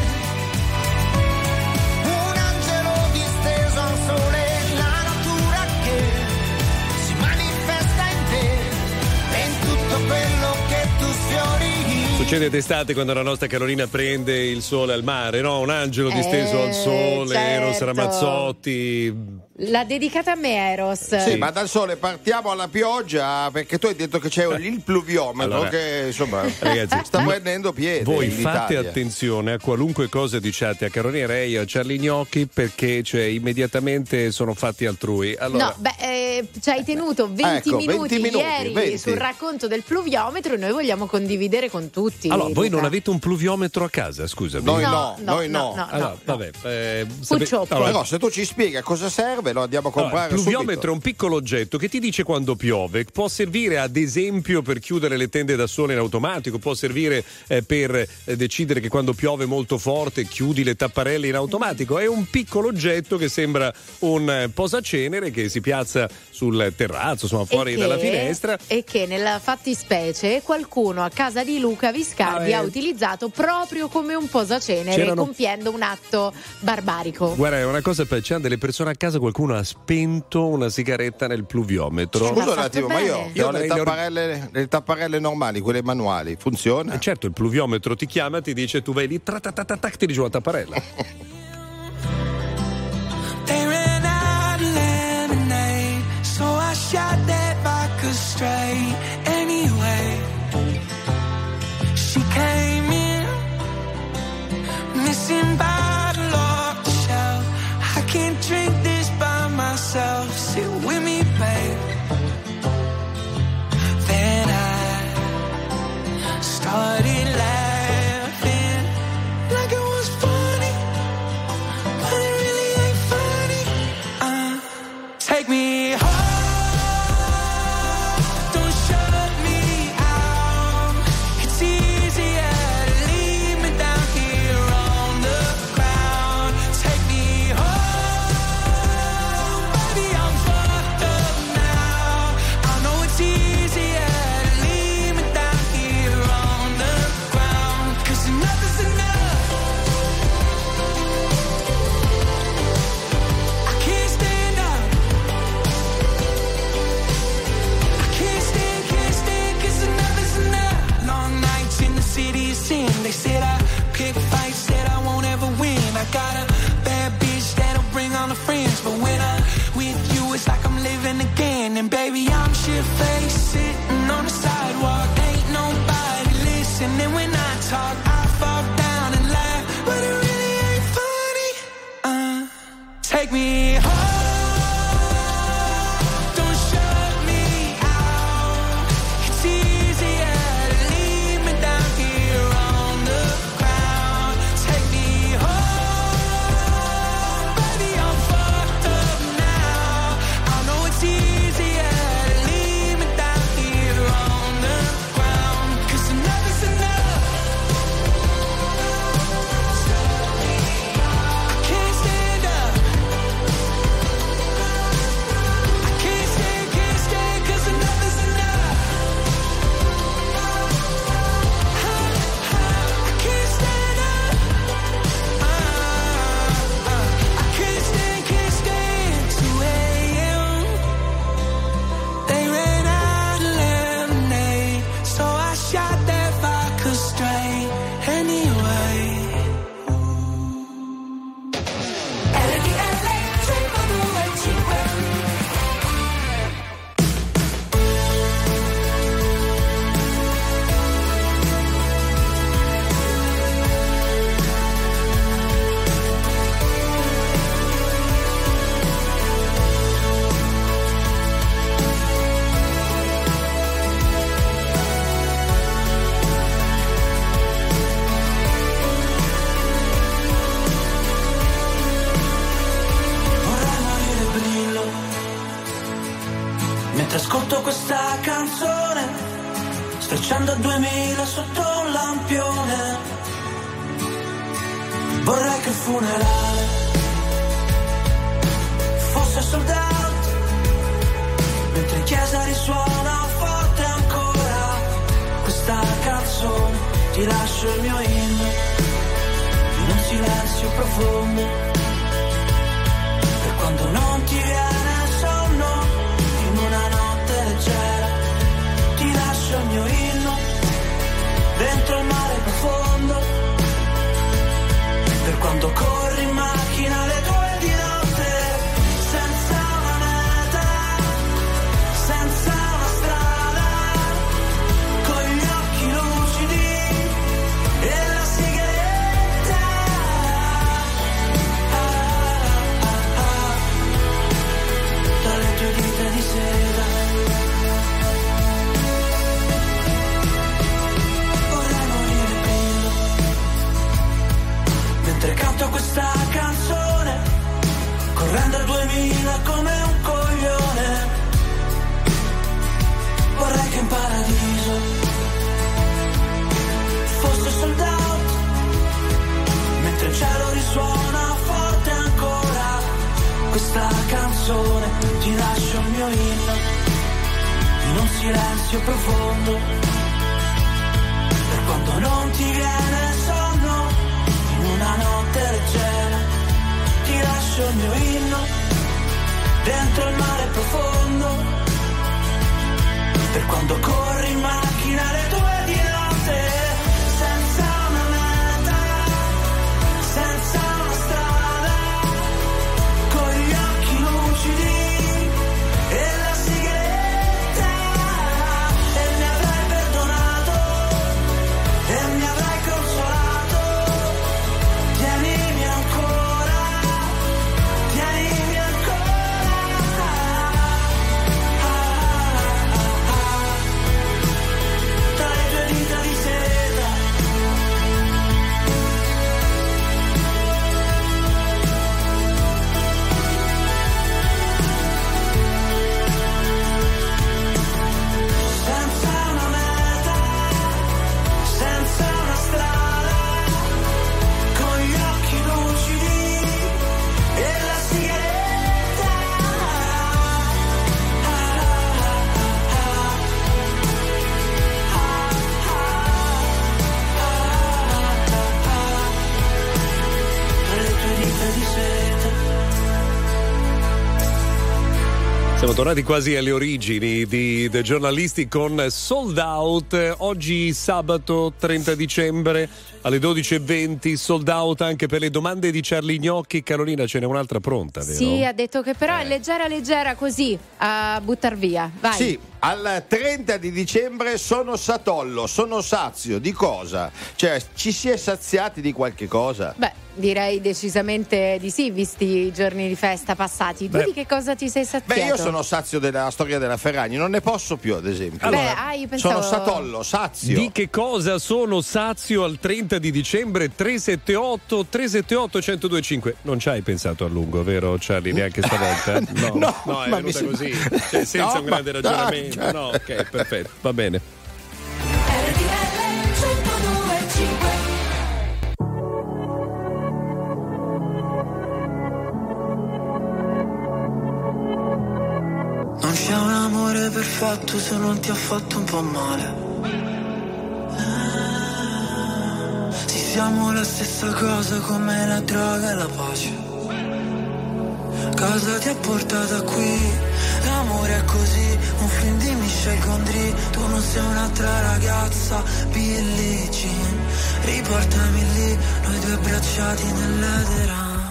un angelo disteso al sole, la natura che si manifesta in te e in tutto quello che tu sfiori. Succede d'estate quando la nostra Carolina prende il sole al mare, no? Un angelo disteso al sole, certo. Eros Ramazzotti. L'ha dedicata a me, Eros. Sì, ma dal sole partiamo alla pioggia, perché tu hai detto che c'è il pluviometro Allora, che insomma ragazzi, sta prendendo piede. Voi in fate Italia. attenzione a qualunque cosa diciate a Carolina Rei o a Charlie Gnocchi, perché cioè immediatamente sono fatti altrui. Allora, No, ci hai tenuto 20 Ecco, minuti 20 minuti, ieri 20. sul racconto del pluviometro e noi vogliamo condividere con tutti. allora voi non Luca. avete un pluviometro a casa, scusami? Noi No, no, noi no. Allora, vabbè, Purtroppo. Però se tu ci spieghi a cosa serve, lo andiamo a comprare il pluviometro subito. è un piccolo oggetto che ti dice quando piove. Può servire ad esempio per chiudere le tende da sole in automatico, può servire per decidere che quando piove molto forte chiudi le tapparelle in automatico. È un piccolo oggetto che sembra un posacenere che si piazza sul terrazzo, insomma fuori dalla finestra. E che nella fattispecie qualcuno a casa di Luca Viscardi ha utilizzato proprio come un posacenere, compiendo un atto barbarico. Guarda, è una cosa, c'erano delle persone a casa, qualcuno ha spento una sigaretta nel pluviometro. Scusa un attimo, ma io ho le le tapparelle normali, quelle manuali, funziona? Certo, il pluviometro ti chiama, ti dice, tu vai lì, ti dice una tapparella. They ran out of lemonade, so I shot that vodka straight. Anyway, she came in, missing bottle off the shelf. I can't drink this by with me, babe. Then I started laughing like it was funny, but it really ain't funny. Take me home. They said I pick fights, said I won't ever win. I got a bad bitch that'll bring all the friends, but when I'm with you, it's like I'm living again. And baby, I'm shit-faced, sitting on the sidewalk. Ain't nobody listening when I talk. I fall down and laugh, but it really ain't funny. Take me home. Ascolto questa canzone, sfrecciando a 2000 sotto un lampione. Vorrei che il funerale fosse sold out, mentre in chiesa risuona forte ancora questa canzone. Ti lascio il mio inno in un silenzio profondo, per quando non ti viene sonno in una notte leggera. Ti lascio il mio inno dentro il mare profondo, per quando corri in macchina alle 2 di notte, senza una meta, senza una strada, con gli occhi lucidi e la sigaretta. Tra le tue dita di sera. Mentre canto questa canzone, correndo a 2000 come un coglione. Vorrei che in paradiso fosse sold out, mentre il cielo risuona forte ancora questa canzone. Ti lascio il mio inno in un silenzio profondo, per quando non ti viene sonno una notte leggera. Ti lascio il mio inno dentro il mare profondo, per quando corri in macchina alle 2 di notte, senza una meta, senza una strada, con gli occhi lucidi e la sigaretta. E mi avrai perdonato e mi avrai consolato. Tienimi ancora, Siamo tornati quasi alle origini dei giornalisti con Sold Out. Oggi sabato 30 dicembre alle 12:20, Sold Out anche per le domande di Charlie Gnocchi. Carolina, ce n'è un'altra pronta, vero? Sì, ha detto che però è leggera così a buttar via. Vai. Sì, al 30 di dicembre sono satollo, sono sazio di cosa? Cioè, ci si è saziati di qualche cosa? Beh, direi decisamente di sì, visti i giorni di festa passati. Tu di che cosa ti sei saziato? Beh, io sono sazio della storia della Ferragni, non ne posso più, ad esempio. Allora, io pensavo... sono satollo, sazio. Di che cosa sono sazio al 30 di dicembre? 378 1025. Non ci hai pensato a lungo, vero Charlie? Neanche stavolta? No, è venuta così, cioè, senza un grande ragionamento. No, ok, perfetto, va bene. Non c'è un amore perfetto se non ti ha fatto un po' male. Sì, siamo la stessa cosa come la droga e la pace. Cosa ti ha portato qui? L'amore è così, un film di Michel Gondry. Tu non sei un'altra ragazza, Billie Jean. Riportami lì, noi due abbracciati nell'edera.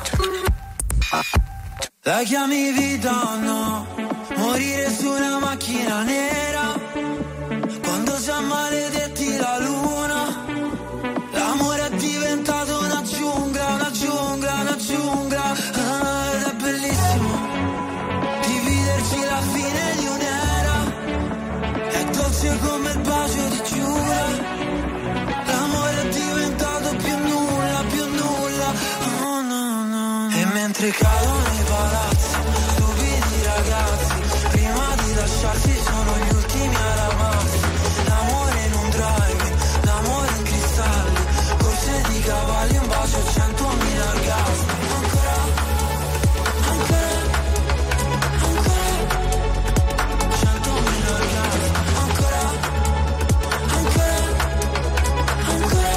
La chiami vita o no? Morire su una macchina nera. Quando siamo maledetti la luna. L'amore è diventato una giungla, una giungla, una giungla. Ed è bellissimo dividerci la fine di un'era. È dolce come il bacio di Giura. L'amore è diventato più nulla, più nulla. Oh no, no. E mentre cadono i palazzi, stupidi ragazzi, prima di lasciarsi sono gli ultimi ad amarsi. L'amore in un drive, l'amore in cristalli, corse di cavalli, un bacio, 100.000 orgasmi. Ancora, ancora, ancora, 100.000 orgasmi. Ancora, ancora, ancora.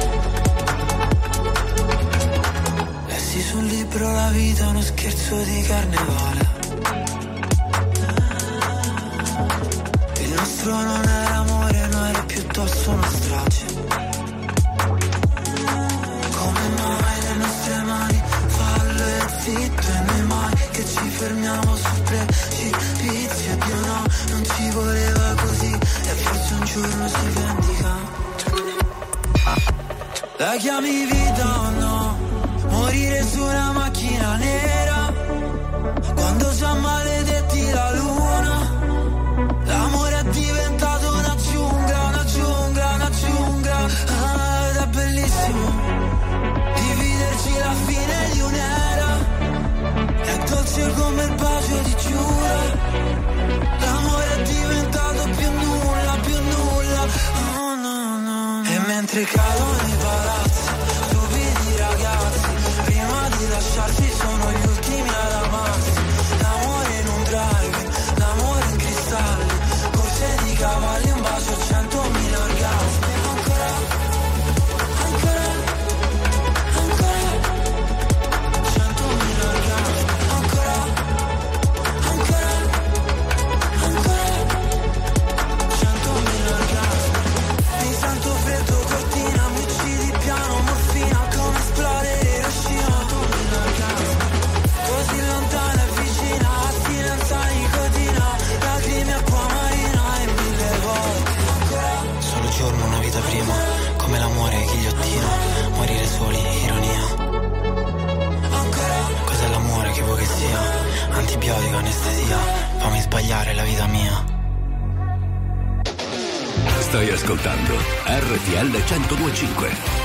Lessi sul libro La vita è uno scherzo di carnevale. Il nostro non era amore, no, era piuttosto una strage. Come mai le nostre mani fallo e zitto e noi mai che ci fermiamo sul precipizio. E Dio no, non ci voleva così e forse un giorno si vendica. La chiami vita o no? Morire su una macchina nera. Quando siamo maledetti la luna. L'amore è diventato una giungla, una giungla, una giungla. Ed è bellissimo dividerci la fine di un'era. È dolce come il bacio di Giura. L'amore è diventato più nulla, più nulla. Oh no, no. E mentre cadono i palazzi, stupidi ragazzi, prima di lasciarsi sono gli ultimi ad amarsi. L'amore in un drive, l'amore in cristalli, corse di cavalli, un bacio, 100.000 orgasmi. Ancora, ancora, ancora, 100.000 orgasmi. Ancora, ancora, ancora, 100.000 orgasmi. Mi sento freddo, cortina, mi uccidi piano, morfina, come esplodere Hiroshima. 100.000 orgasmi. Così lontana e vicina, astinenza, nicotina, lacrime, acqua marina e 1000 volte. Ancora. Solo giorno, una vita prima, come l'amore, ghigliottina, morire soli, ironia. Ancora. Cos'è l'amore, che vuoi che sia? Antibiotico, anestesia, fammi sbagliare la vita mia. Stai ascoltando RTL 1025.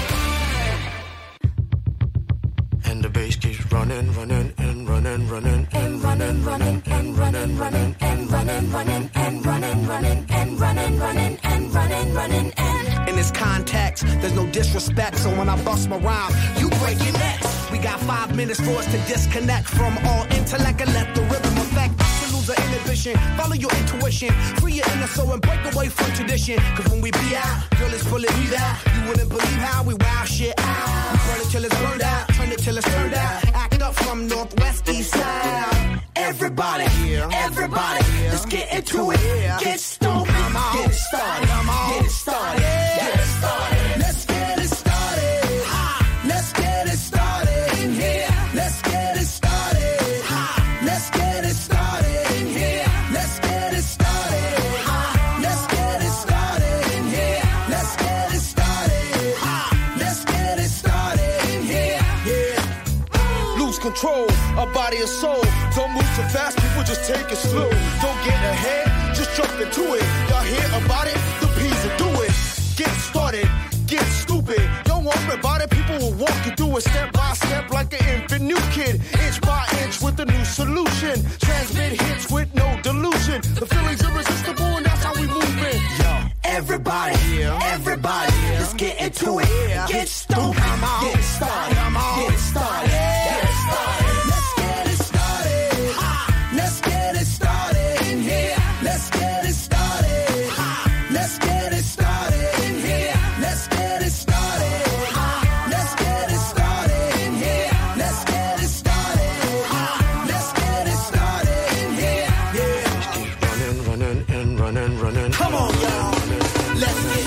And the bass keeps running, running, and running, running, and running, running, and running, running, and running, running, and running, running, and running, running, and running, running, and In this context, there's no disrespect, so when I bust my rhyme, you break your neck. We got 5 minutes for us to disconnect from all intellect and let the rhythm affect. To lose our inhibition, follow your intuition, free your inner soul and break away from tradition. Cause when we be out, girl, it's bullet me out. You wouldn't believe how we wow shit out. We burn it till it's burned out, turn it till it's turned out. Act up up from Northwest East Side. Everybody, everybody, let's get into it. Get stoned, get it started, get it started, get it started. Let's get it started. Let's get it started in here. Let's get it started. Let's get it started in here. Let's get it started. Let's get it started in here. Let's get it started. Let's get it started in here. Yeah. Lose control of body and soul. Don't move too fast, people just take it slow. Don't get ahead, just jump into it. Y'all hear about it? The P's will do it. Get started, get stupid. Don't worry about it, people will walk you through it step by step like an infant new kid. Inch by inch with a new solution. Transmit hits with no delusion. The feeling's irresistible and that's how we move it. Yo, everybody, everybody, let's get into it. Get stoked, get it started, get it started, get it started. Let's get it started. Let's get it started in here. Let's get it started. Let's get it started in here. Let's get it started. Let's get it started in here. Let's get it started. Let's get it started in here. Yeah. running and running, running. Come on, y'all. Let's get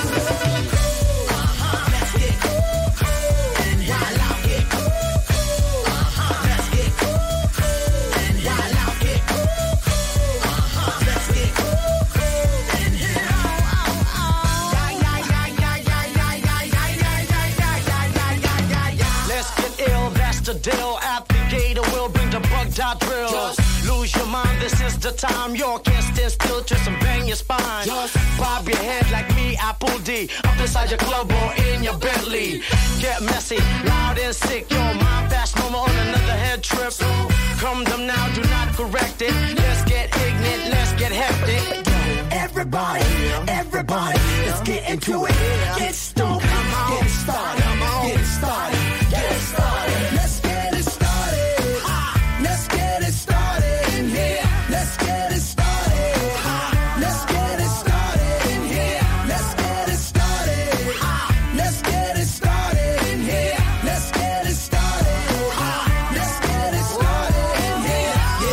the deal. At the gate, we'll bring the bugged out drill. Just lose your mind, this is the time. You can't stand still, twist and bang your spine. Just bob your head like me, Apple D. Up inside your club or in your Bentley. Get messy, loud and sick. Your mind fast, no more on another head trip. So come them now, do not correct it. Let's get ignorant, let's get hectic. Everybody, everybody, let's get into it. Get stoked, get it started, get it started, get it started. Let's get it started. Let's get it started in here. Let's get it started. Let's get it started in here. Let's get it started. Let's get it started in here. Let's get it started. Let's get it started in here.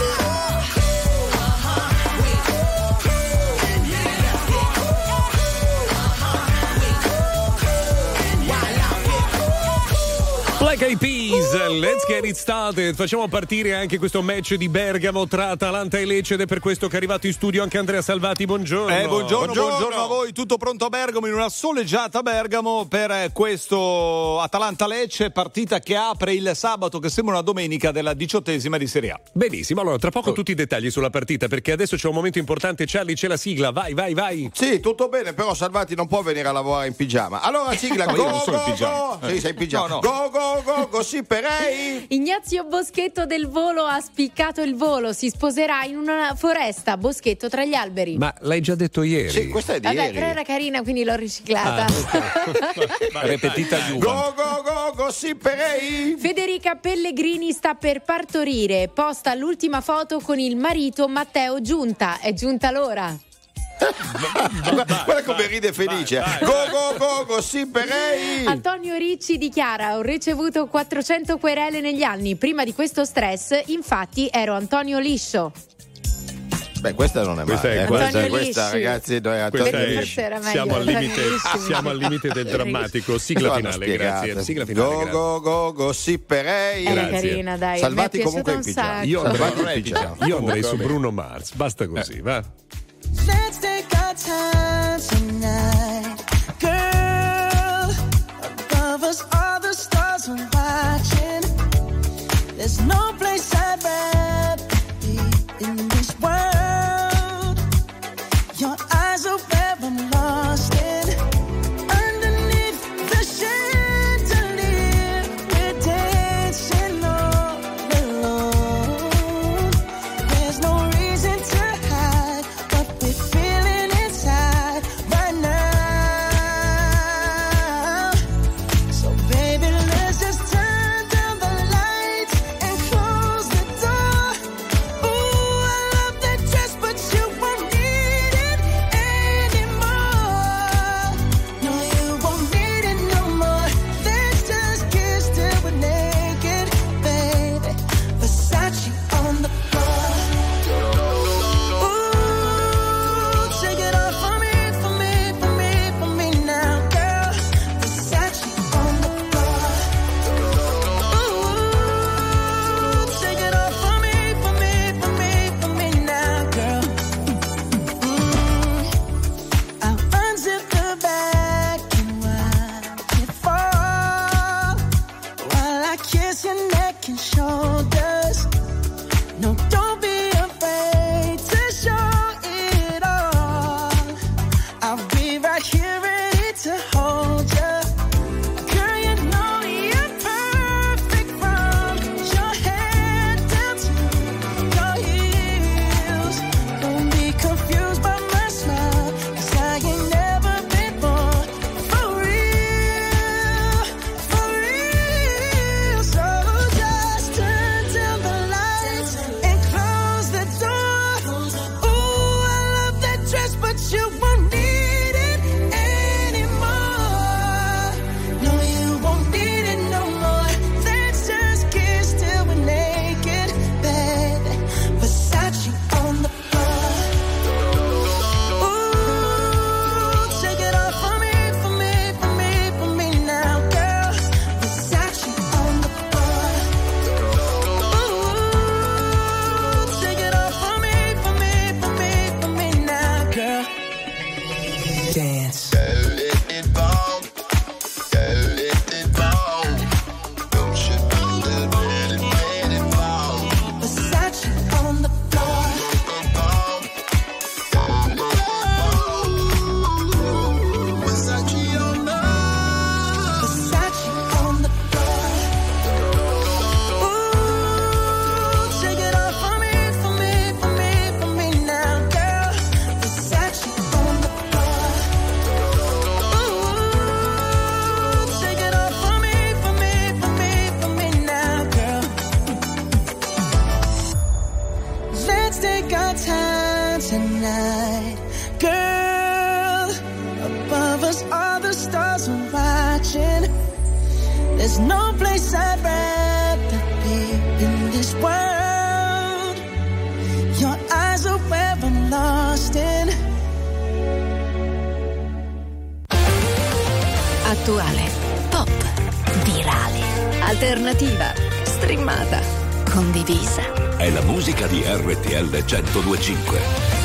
Black Eyed Peas, let's get it started. Facciamo partire anche questo match di Bergamo tra Atalanta e Lecce ed è per questo che è arrivato in studio anche Andrea Salvati. Buongiorno. Buongiorno a voi, tutto pronto a Bergamo, in una soleggiata Bergamo per questo Atalanta-Lecce, partita che apre il sabato, che sembra una domenica della 18ª di Serie A. Benissimo, allora tra poco tutti i dettagli sulla partita, perché adesso c'è un momento importante. Charlie, c'è la sigla, vai. Sì, tutto bene, però Salvati non può venire a lavorare in pigiama. Allora sigla, No, io non sono in pigiama. Sì, sei in pigiama. No. Go, Sipperei. Ignazio Boschetto del Volo ha spiccato il volo, si sposerà in una foresta, Boschetto tra gli alberi. Ma l'hai già detto ieri. Sì, questa è di Vabbè, ieri. però era carina, quindi l'ho riciclata. Repetita giù. Go, Sipperei. Federica Pellegrini sta per partorire, posta l'ultima foto con il marito Matteo Giunta. È giunta l'ora. Guarda come ride felice. Go, Sipperei. Antonio Ricci dichiara: ho ricevuto 400 querele negli anni. Prima di questo stress, infatti, ero Antonio Liscio. Beh, questa non è male. Questa ragazzi, siamo al limite del drammatico. Sigla finale, grazie. Sigla finale. Go, Sipperei. È carina, dai. Salvati mi è comunque in piaciuta pigiama. Io andrei su Bruno Mars. Basta così, va. Let's take our time tonight, girl. Above us, all the stars are watching. There's no place I'd rather be in this world. Your eyes are where I'm lost in. Underneath the chandelier, we're dancing all alone. There's no reason to hide what we're feeling inside right now. So baby, let's just turn down the lights and close tonight. Girl, above us all the stars are watching. There's no place I'd rather be in this world. Your eyes are where I'm lost in. Attuale, pop, virale, alternativa, streamata, condivisa. È la musica di RTL 102.5.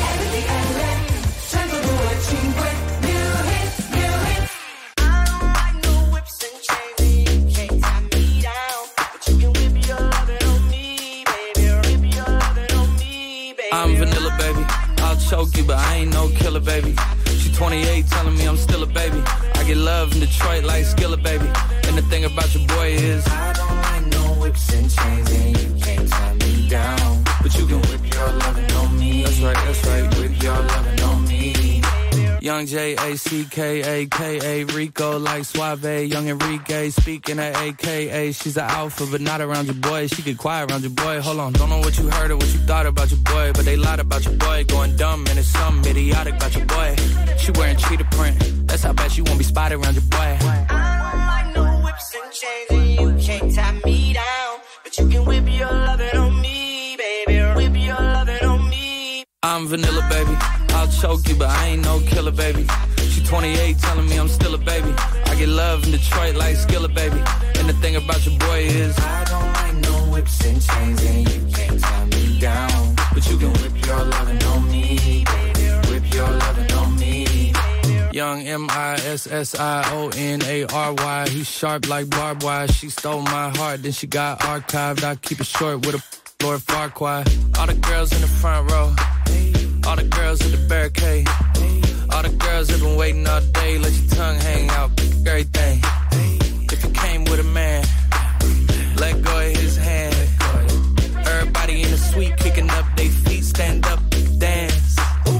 I'm vanilla, baby. I'll choke you, but I ain't no killer, baby. She 28, telling me I'm still a baby. I get love in Detroit like Skillet, baby. And the thing about your boy is I don't like no whips and chains, and you can't tie me down. But you can whip your lovin' on me. That's right, whip your lovin' on me. Young J-A-C-K-A-K-A, Rico like Suave, Young Enrique, speaking at AKA. She's an alpha, but not around your boy. She get quiet around your boy. Hold on, don't know what you heard or what you thought about your boy, but they lied about your boy. Going dumb, and it's something idiotic about your boy. She wearing cheetah print, that's how bad she won't be spotted around your boy. I don't like no whips and chains, and you can't tie me down. But you can whip your lovin' on me, baby. Whip your lovin' on me. I'm vanilla, baby. I'll choke you, but I ain't no killer, baby. She 28, telling me I'm still a baby. I get love in Detroit like Skillet, baby. And the thing about your boy is I don't like no whips and chains, and you can't tie me down. But you can whip your lovin' on me, baby. Whip your lovin' on me. Young M-I-S-S-I-O-N-A-R-Y. He's sharp like barbed wire. She stole my heart, then she got archived. I keep it short with a Lord Farquaad. All the girls in the front row, all the girls at the barricade, all the girls have been waiting all day. Let your tongue hang out, everything. If you came with a man, let go of his hand. Everybody in the suite kicking up their feet, stand up, dance.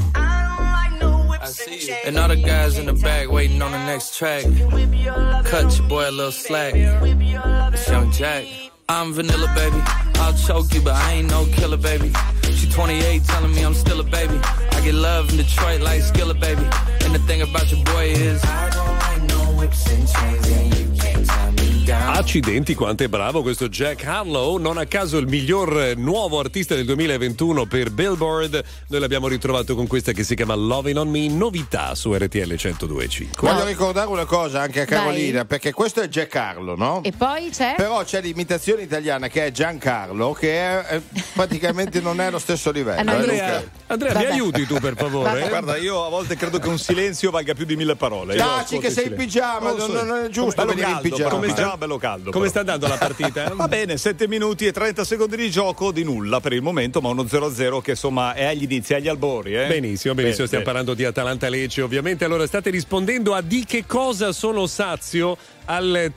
I see you. And all the guys in the back waiting on the next track. Cut your boy a little slack. It's Young Jack. I'm vanilla, baby. I'll choke you, but I ain't no killer, baby. She 28, telling me I'm still a baby. I get love in Detroit like Skillet, baby. And the thing about your boy is I don't like no whips and chains, and you can't tie me down. Accidenti, quanto è bravo questo Jack Harlow. Non a caso il miglior nuovo artista del 2021 per Billboard. Noi l'abbiamo ritrovato con questa che si chiama Lovin' on Me, novità su RTL 102.5. Voglio ricordare una cosa anche a Carolina, perché questo è Jack Harlow, no? E poi c'è? Però c'è l'imitazione italiana che è Giancarlo, che è praticamente non è allo stesso livello. Andrea, mi aiuti tu per favore? Guarda, io a volte credo che un silenzio valga più di 1000 parole. Taci che sei in pigiama, non è giusto venire in pigiama. Come sta, bello caldo. Come sta andando la partita? Va bene, 7 minuti e 30 secondi di gioco, di nulla per il momento, ma uno 0-0 che insomma è agli inizi, agli albori. Benissimo, stiamo parlando di Atalanta-Lecce ovviamente. Allora state rispondendo a di che cosa sono sazio al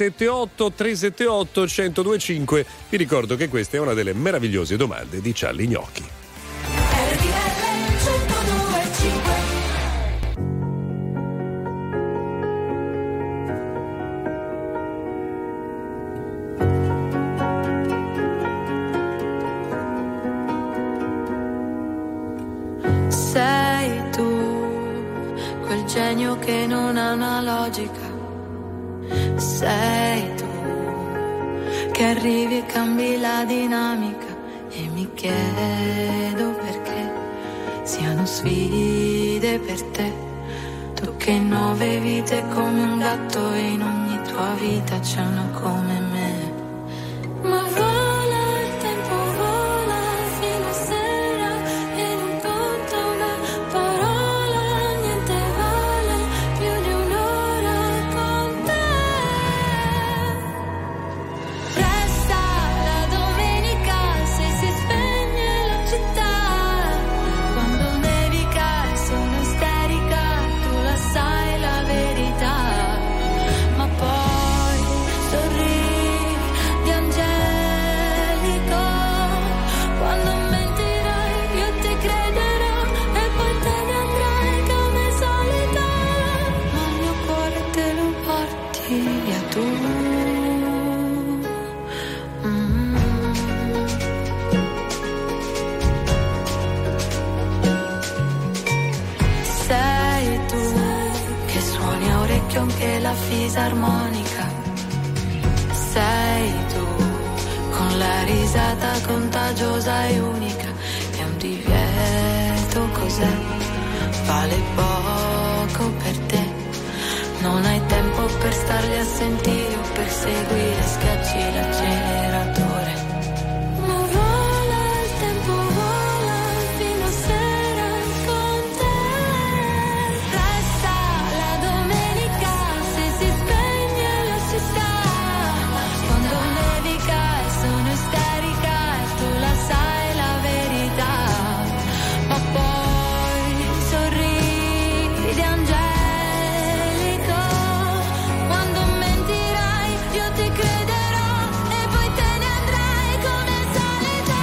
378 1025. Vi ricordo che questa è una delle meravigliose domande di Charlie Gnocchi. Sei tu, quel genio che non ha una logica. Sei tu, che arrivi e cambi la dinamica. E mi chiedo perché siano sfide per te. Tu che 9 vite come un gatto, e in ogni tua vita c'è una come me. Ma vola il tempo, vola fino a sera, e non conta una parola, niente vale più di un'ora con te. Resta la domenica se si spegne la città, quando nevica e sono isterica, tu la sai la verità, ma poi sorridi la fisarmonica. Sei tu, con la risata contagiosa e unica. È un divieto, cos'è? Vale poco per te. Non hai tempo per starli a sentire o per seguire, schiacci l'acceleratore. Ma vola il tempo, vola fino a sera con te. Resta la domenica, se si spegne la città. Quando nevica e sono isterica e tu la sai la verità. Ma poi sorridi angelico. Quando mentirai io ti crederò e poi te ne andrai come al solito.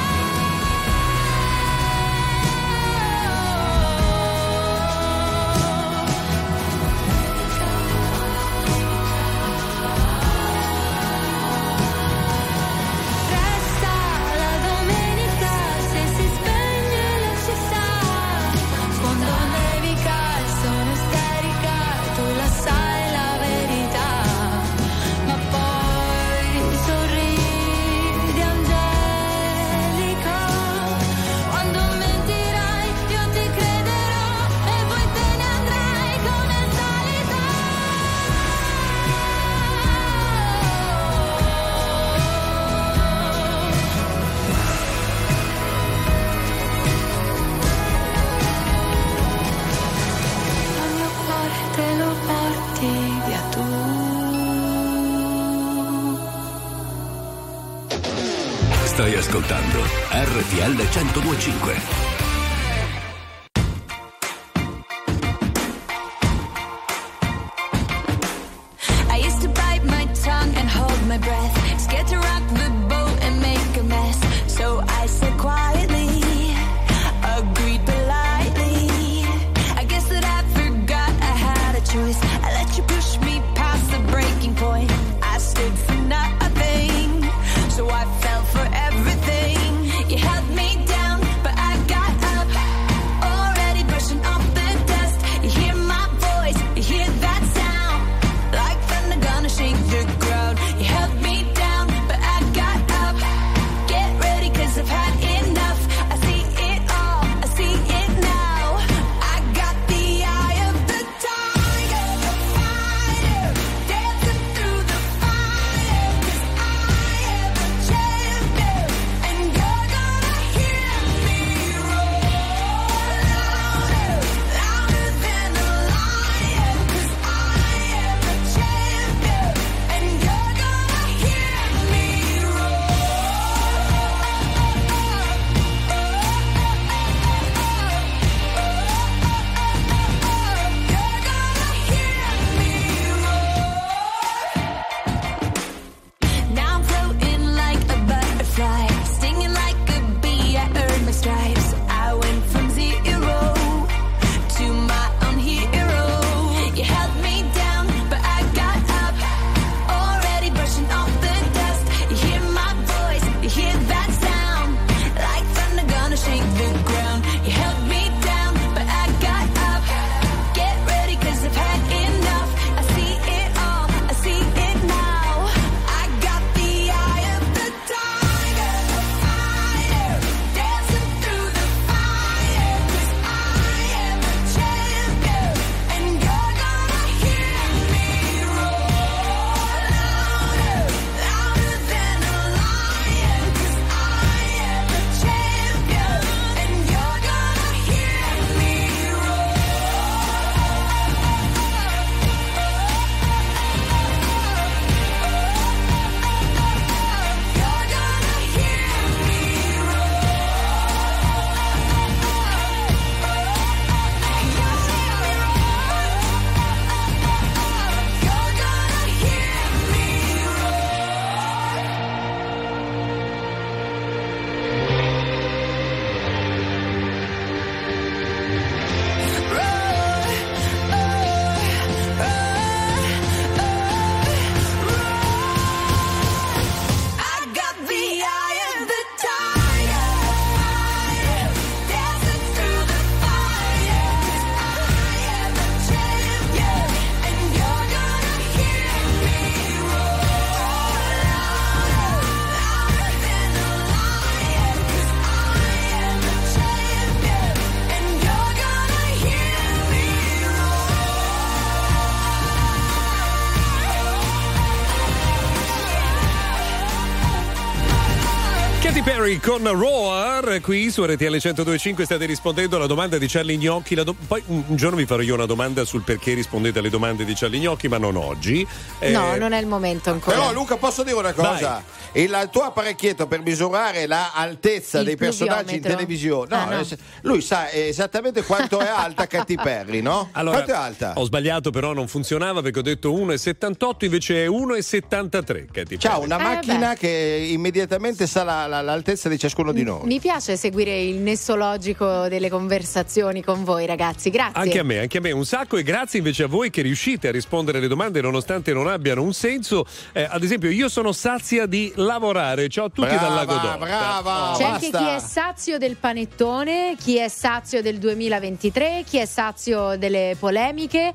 Resta la domenica, se si spegne la città. Quando nevica e sono isterica e tu la sai la verità. Ma poi sorridi angelico. Quando mentirai io ti crederò e poi te ne andrai come al solito. Al mio cuore te lo porti via tu. Stai ascoltando RTL 102.5. I used to bite my tongue and hold my breath, scared to rock the boat and make a mess. So I said quietly, agreed politely. I guess that I forgot I had a choice. I let you push me past the breaking point. I stood for nothing, so I fell for everything. You held me down, but I got Perry con Roar qui su RTL 102.5. State rispondendo alla domanda di Charlie Gnocchi. Poi un giorno vi farò io una domanda sul perché rispondete alle domande di Charlie Gnocchi, ma non oggi. No, non è il momento ancora. Però Luca, posso dire una cosa? Il tuo apparecchietto per misurare l'altezza dei personaggi in televisione, lui sa esattamente quanto è alta Katy Perry, no? Allora, quanto è alta? Ho sbagliato, però non funzionava perché ho detto 1,78, invece è 1,73 Katy Perry. C'ha una macchina che immediatamente sa l'altezza di ciascuno di noi. Mi piace seguire il nesso logico delle conversazioni con voi, ragazzi. Grazie. Anche a me un sacco, e grazie invece a voi che riuscite a rispondere alle domande nonostante non abbiano un senso. Ad esempio, io sono sazia di lavorare. Ciao a tutti dal Lago d'Orta. Brava, c'è anche chi è sazio del panettone, chi è sazio del 2023, chi è sazio delle polemiche,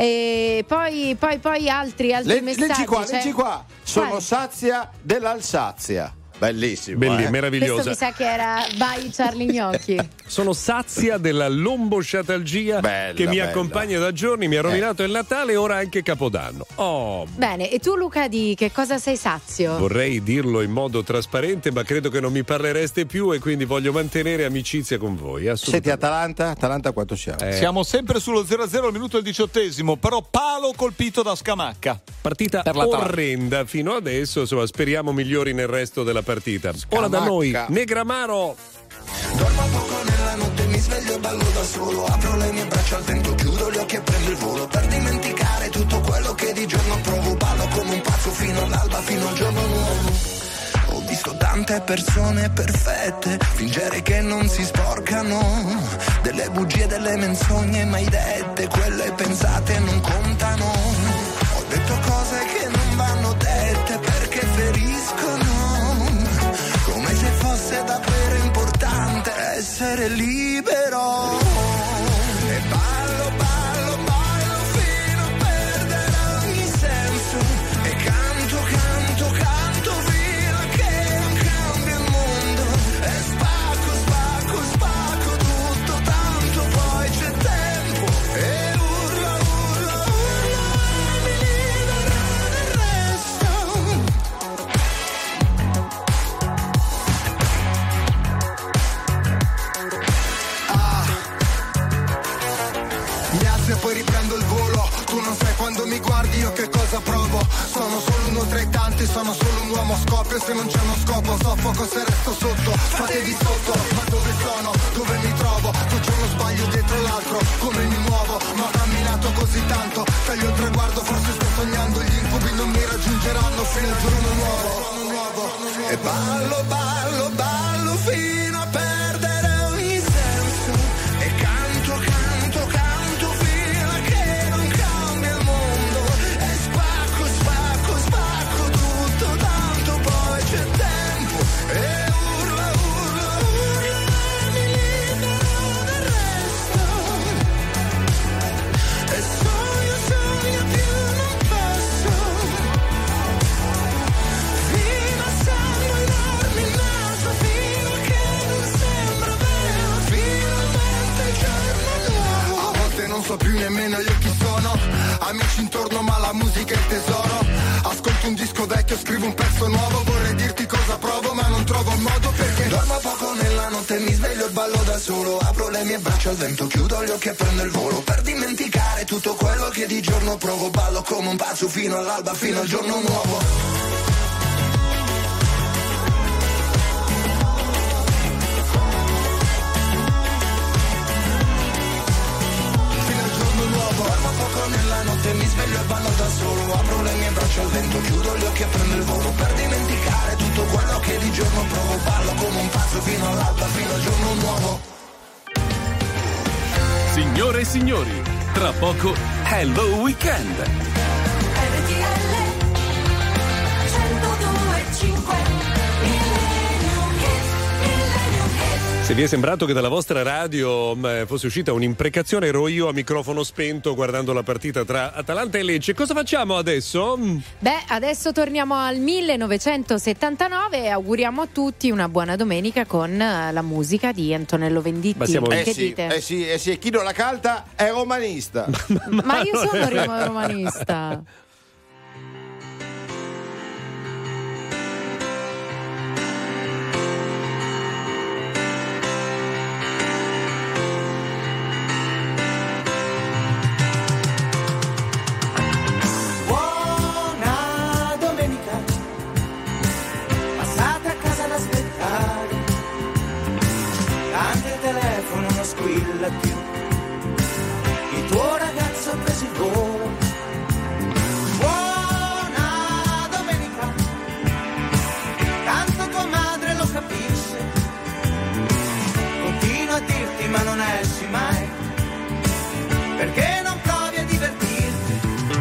e poi altri messaggi. Leggi qua. Sono sazia dell'Alsazia. Bellissimo, meravigliosa. Questo mi sa che era by Charlie Gnocchi. Sono sazia della lombosciatalgia che mi accompagna da giorni, mi ha rovinato il Natale e ora anche Capodanno. Bene, e tu Luca di che cosa sei sazio? Vorrei dirlo in modo trasparente, ma credo che non mi parlereste più e quindi voglio mantenere amicizia con voi. Senti, Atalanta quanto siamo? Siamo sempre sullo 0-0 al minuto del 18esimo, però palo colpito da Scamacca. Partita orrenda fino adesso, insomma, speriamo migliori nel resto della partita. Ora da noi Negramaro. Dormo poco nella notte, mi sveglio e ballo da solo. Apro le mie braccia al vento, chiudo gli occhi e prendo il volo. Per dimenticare tutto quello che di giorno provo. Ballo come un pazzo fino all'alba, fino al giorno nuovo. Ho visto tante persone perfette fingere che non si sporcano. Delle bugie, delle menzogne mai dette, quelle pensate non contano. Ho detto cose che non vanno dette perché feriscono. Come se fosse davvero importante essere libero. E ballo fino a perdere ogni senso. E canto fino a che non cambia il mondo. E spacco tutto, tanto poi c'è tempo. E urla, mi libererò del resto. E poi riprendo il volo. Tu non sai quando mi guardi io che cosa provo. Sono solo uno tra i tanti, sono solo un uomo a scoppio. Se non c'è uno scopo soffoco se resto sotto. Fatevi sotto, ma dove sono? Dove mi trovo? Faccio uno sbaglio dietro l'altro. Come mi muovo? Ma ho camminato così tanto. Taglio il traguardo, forse sto sognando. Gli incubi non mi raggiungeranno fino al giorno nuovo. E ballo fino a perdere ogni senso. E canto fino a che non cambia il mondo. E spacco tutto, tanto poi c'è tempo. E urla, mi libero del resto. E sogno più non posso. Fino a sangue enorme in naso, fino a che non sembra vero. Finalmente il giorno nuovo. A volte non so più nemmeno io chi sono. Amici intorno ma la musica è il tesoro. Ascolto un disco vecchio, scrivo un pezzo nuovo. Vorrei dirti cosa provo ma non trovo il modo perché dormo poco nella notte, mi sveglio e ballo da solo. Apro le mie braccia al vento, chiudo gli occhi e prendo il volo. Per dimenticare tutto quello che di giorno provo. Ballo come un pazzo fino all'alba, fino al giorno nuovo. Nella notte mi sveglio e ballo da solo. Apro le mie braccia al vento, chiudo gli occhi e prendo il volo. Per dimenticare tutto quello che di giorno provo. Ballo come un pazzo fino all'alba, fino al giorno nuovo. Signore e signori, tra poco Hello Weekend. RTL 102.5. Se vi è sembrato che dalla vostra radio fosse uscita un'imprecazione, ero io a microfono spento guardando la partita tra Atalanta e Lecce. Cosa facciamo adesso? Adesso torniamo al 1979 e auguriamo a tutti una buona domenica con la musica di Antonello Venditti. Ma siamo... dite? Sì, chi non la canta è romanista. Ma io sono romanista. perché non provi a divertirti.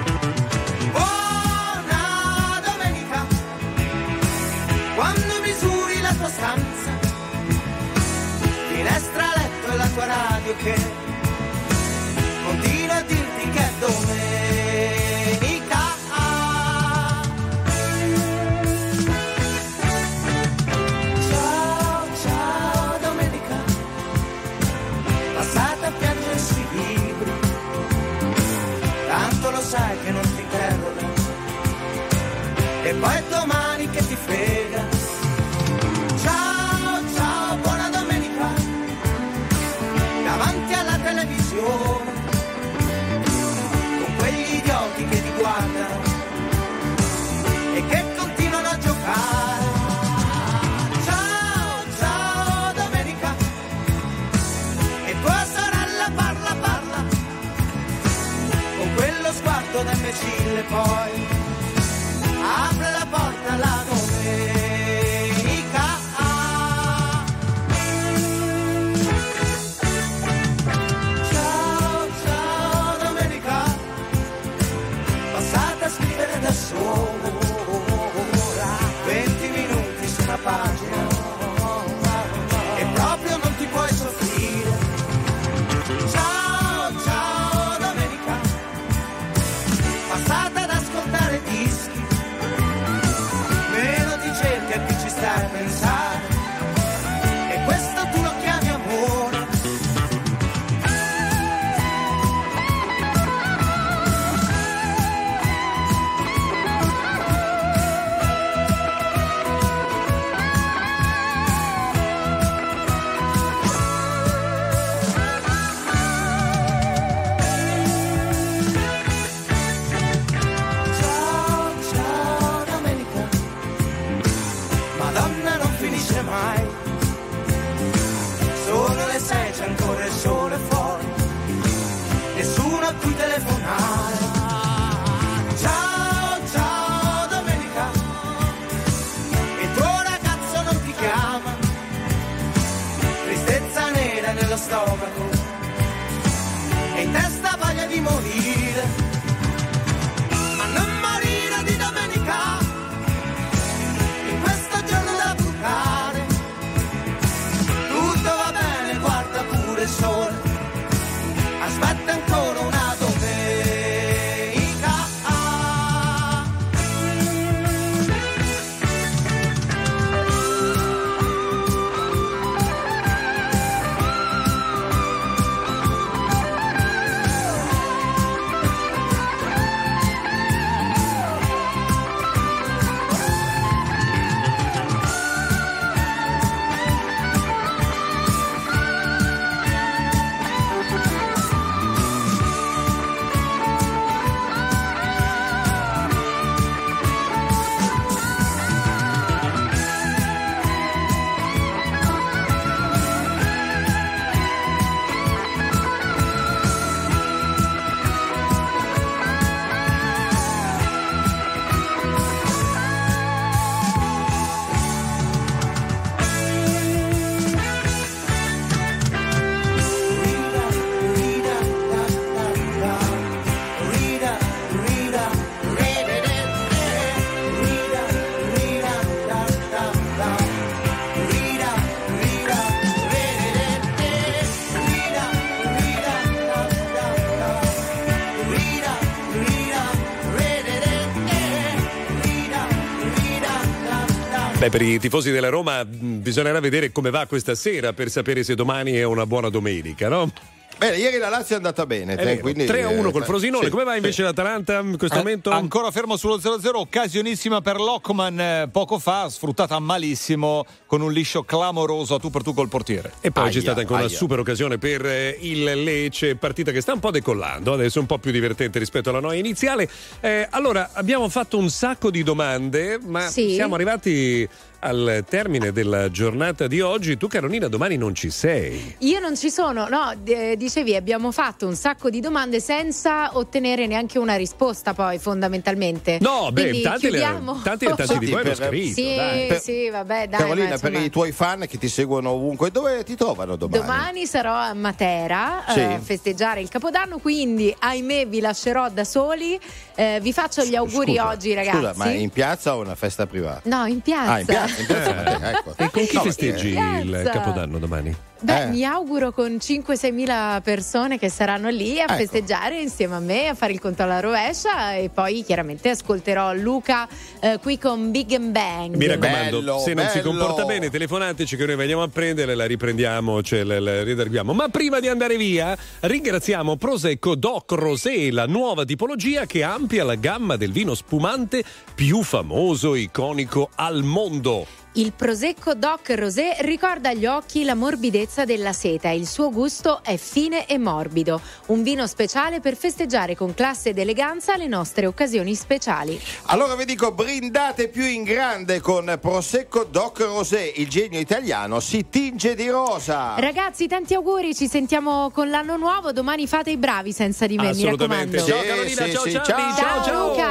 Buona domenica, quando misuri la tua stanza, finestra, letto e la tua radio che continua a dirti che è domenica. Ciao, ciao domenica, passata a piangere sui libri, tanto lo sai che non ti perdono, e poi è domani che ti frega. Ciao, ciao, buona domenica, davanti alla televisione, con quegli idioti che ti guardano e che continuano a giocare. Ciao, ciao domenica, e tua sorella parla, con quello sguardo da imbecille, poi apre la porta alla domenica. Ciao, ciao domenica, passata a scrivere da sola 20 minuti su una pagina e proprio non ti puoi soffrire. Ciao, ciao domenica, passata ad ascoltare dischi, meno ti cerchi e più ci stai a pensare, e questo tu lo chiami amore. Ciao, ciao domenica, Madonna non finisce mai, sono le 6, c'è ancora il sole fuori, nessuno a cui telefonare. Ciao, ciao domenica, il tuo ragazzo non ti chiama, tristezza nera nello stomaco e in testa voglia di morire, ma non morire di domenica, in questo giorno da bucare. Tutto va bene, guarda pure il sole, aspetta ancora una domenica. Beh, per i tifosi della Roma bisognerà vedere come va questa sera per sapere se domani è una buona domenica, no? Bene, ieri la Lazio è andata bene, quindi 3-1 col Frosinone. Sì, come va invece l'Atalanta in questo momento? Ancora fermo sullo 0-0, occasionissima per Lockman poco fa, sfruttata malissimo con un liscio clamoroso a tu per tu col portiere. E poi c'è stata anche una super occasione per il Lecce, partita che sta un po' decollando, adesso è un po' più divertente rispetto alla noia iniziale. Allora, abbiamo fatto un sacco di domande, ma siamo arrivati al termine della giornata di oggi. Tu, Carolina, domani non ci sei. Io non ci sono, no, dicevi, abbiamo fatto un sacco di domande senza ottenere neanche una risposta, poi fondamentalmente. No, beh, tanti di voi hanno scritto. Sì, vabbè, dai. Carolina, per i tuoi fan che ti seguono ovunque, dove ti trovano domani? Domani sarò a Matera a festeggiare il Capodanno, quindi ahimè vi lascerò da soli. Vi faccio gli auguri oggi, ragazzi. Scusa, ma in piazza o una festa privata? No, in piazza. In piazza Matera, ecco. E con chi festeggi il Capodanno domani? Beh, mi auguro con 5-6 mila persone che saranno lì a festeggiare insieme a me, a fare il conto alla rovescia, e poi chiaramente ascolterò Luca qui con Big and Bang. Mi raccomando, se non si comporta bene telefonateci che noi veniamo a prendere, la riprendiamo, la ridarguiamo. Ma prima di andare via ringraziamo Prosecco Doc Rosé, la nuova tipologia che amplia la gamma del vino spumante più famoso e iconico al mondo. Il Prosecco Doc Rosé ricorda agli occhi la morbidezza della seta, il suo gusto è fine e morbido. Un vino speciale per festeggiare con classe ed eleganza le nostre occasioni speciali. Allora vi dico, brindate più in grande con Prosecco Doc Rosé, il genio italiano si tinge di rosa. Ragazzi, tanti auguri, ci sentiamo con l'anno nuovo, domani fate i bravi senza di me, mi raccomando. Ciao Carolina, ciao Luca.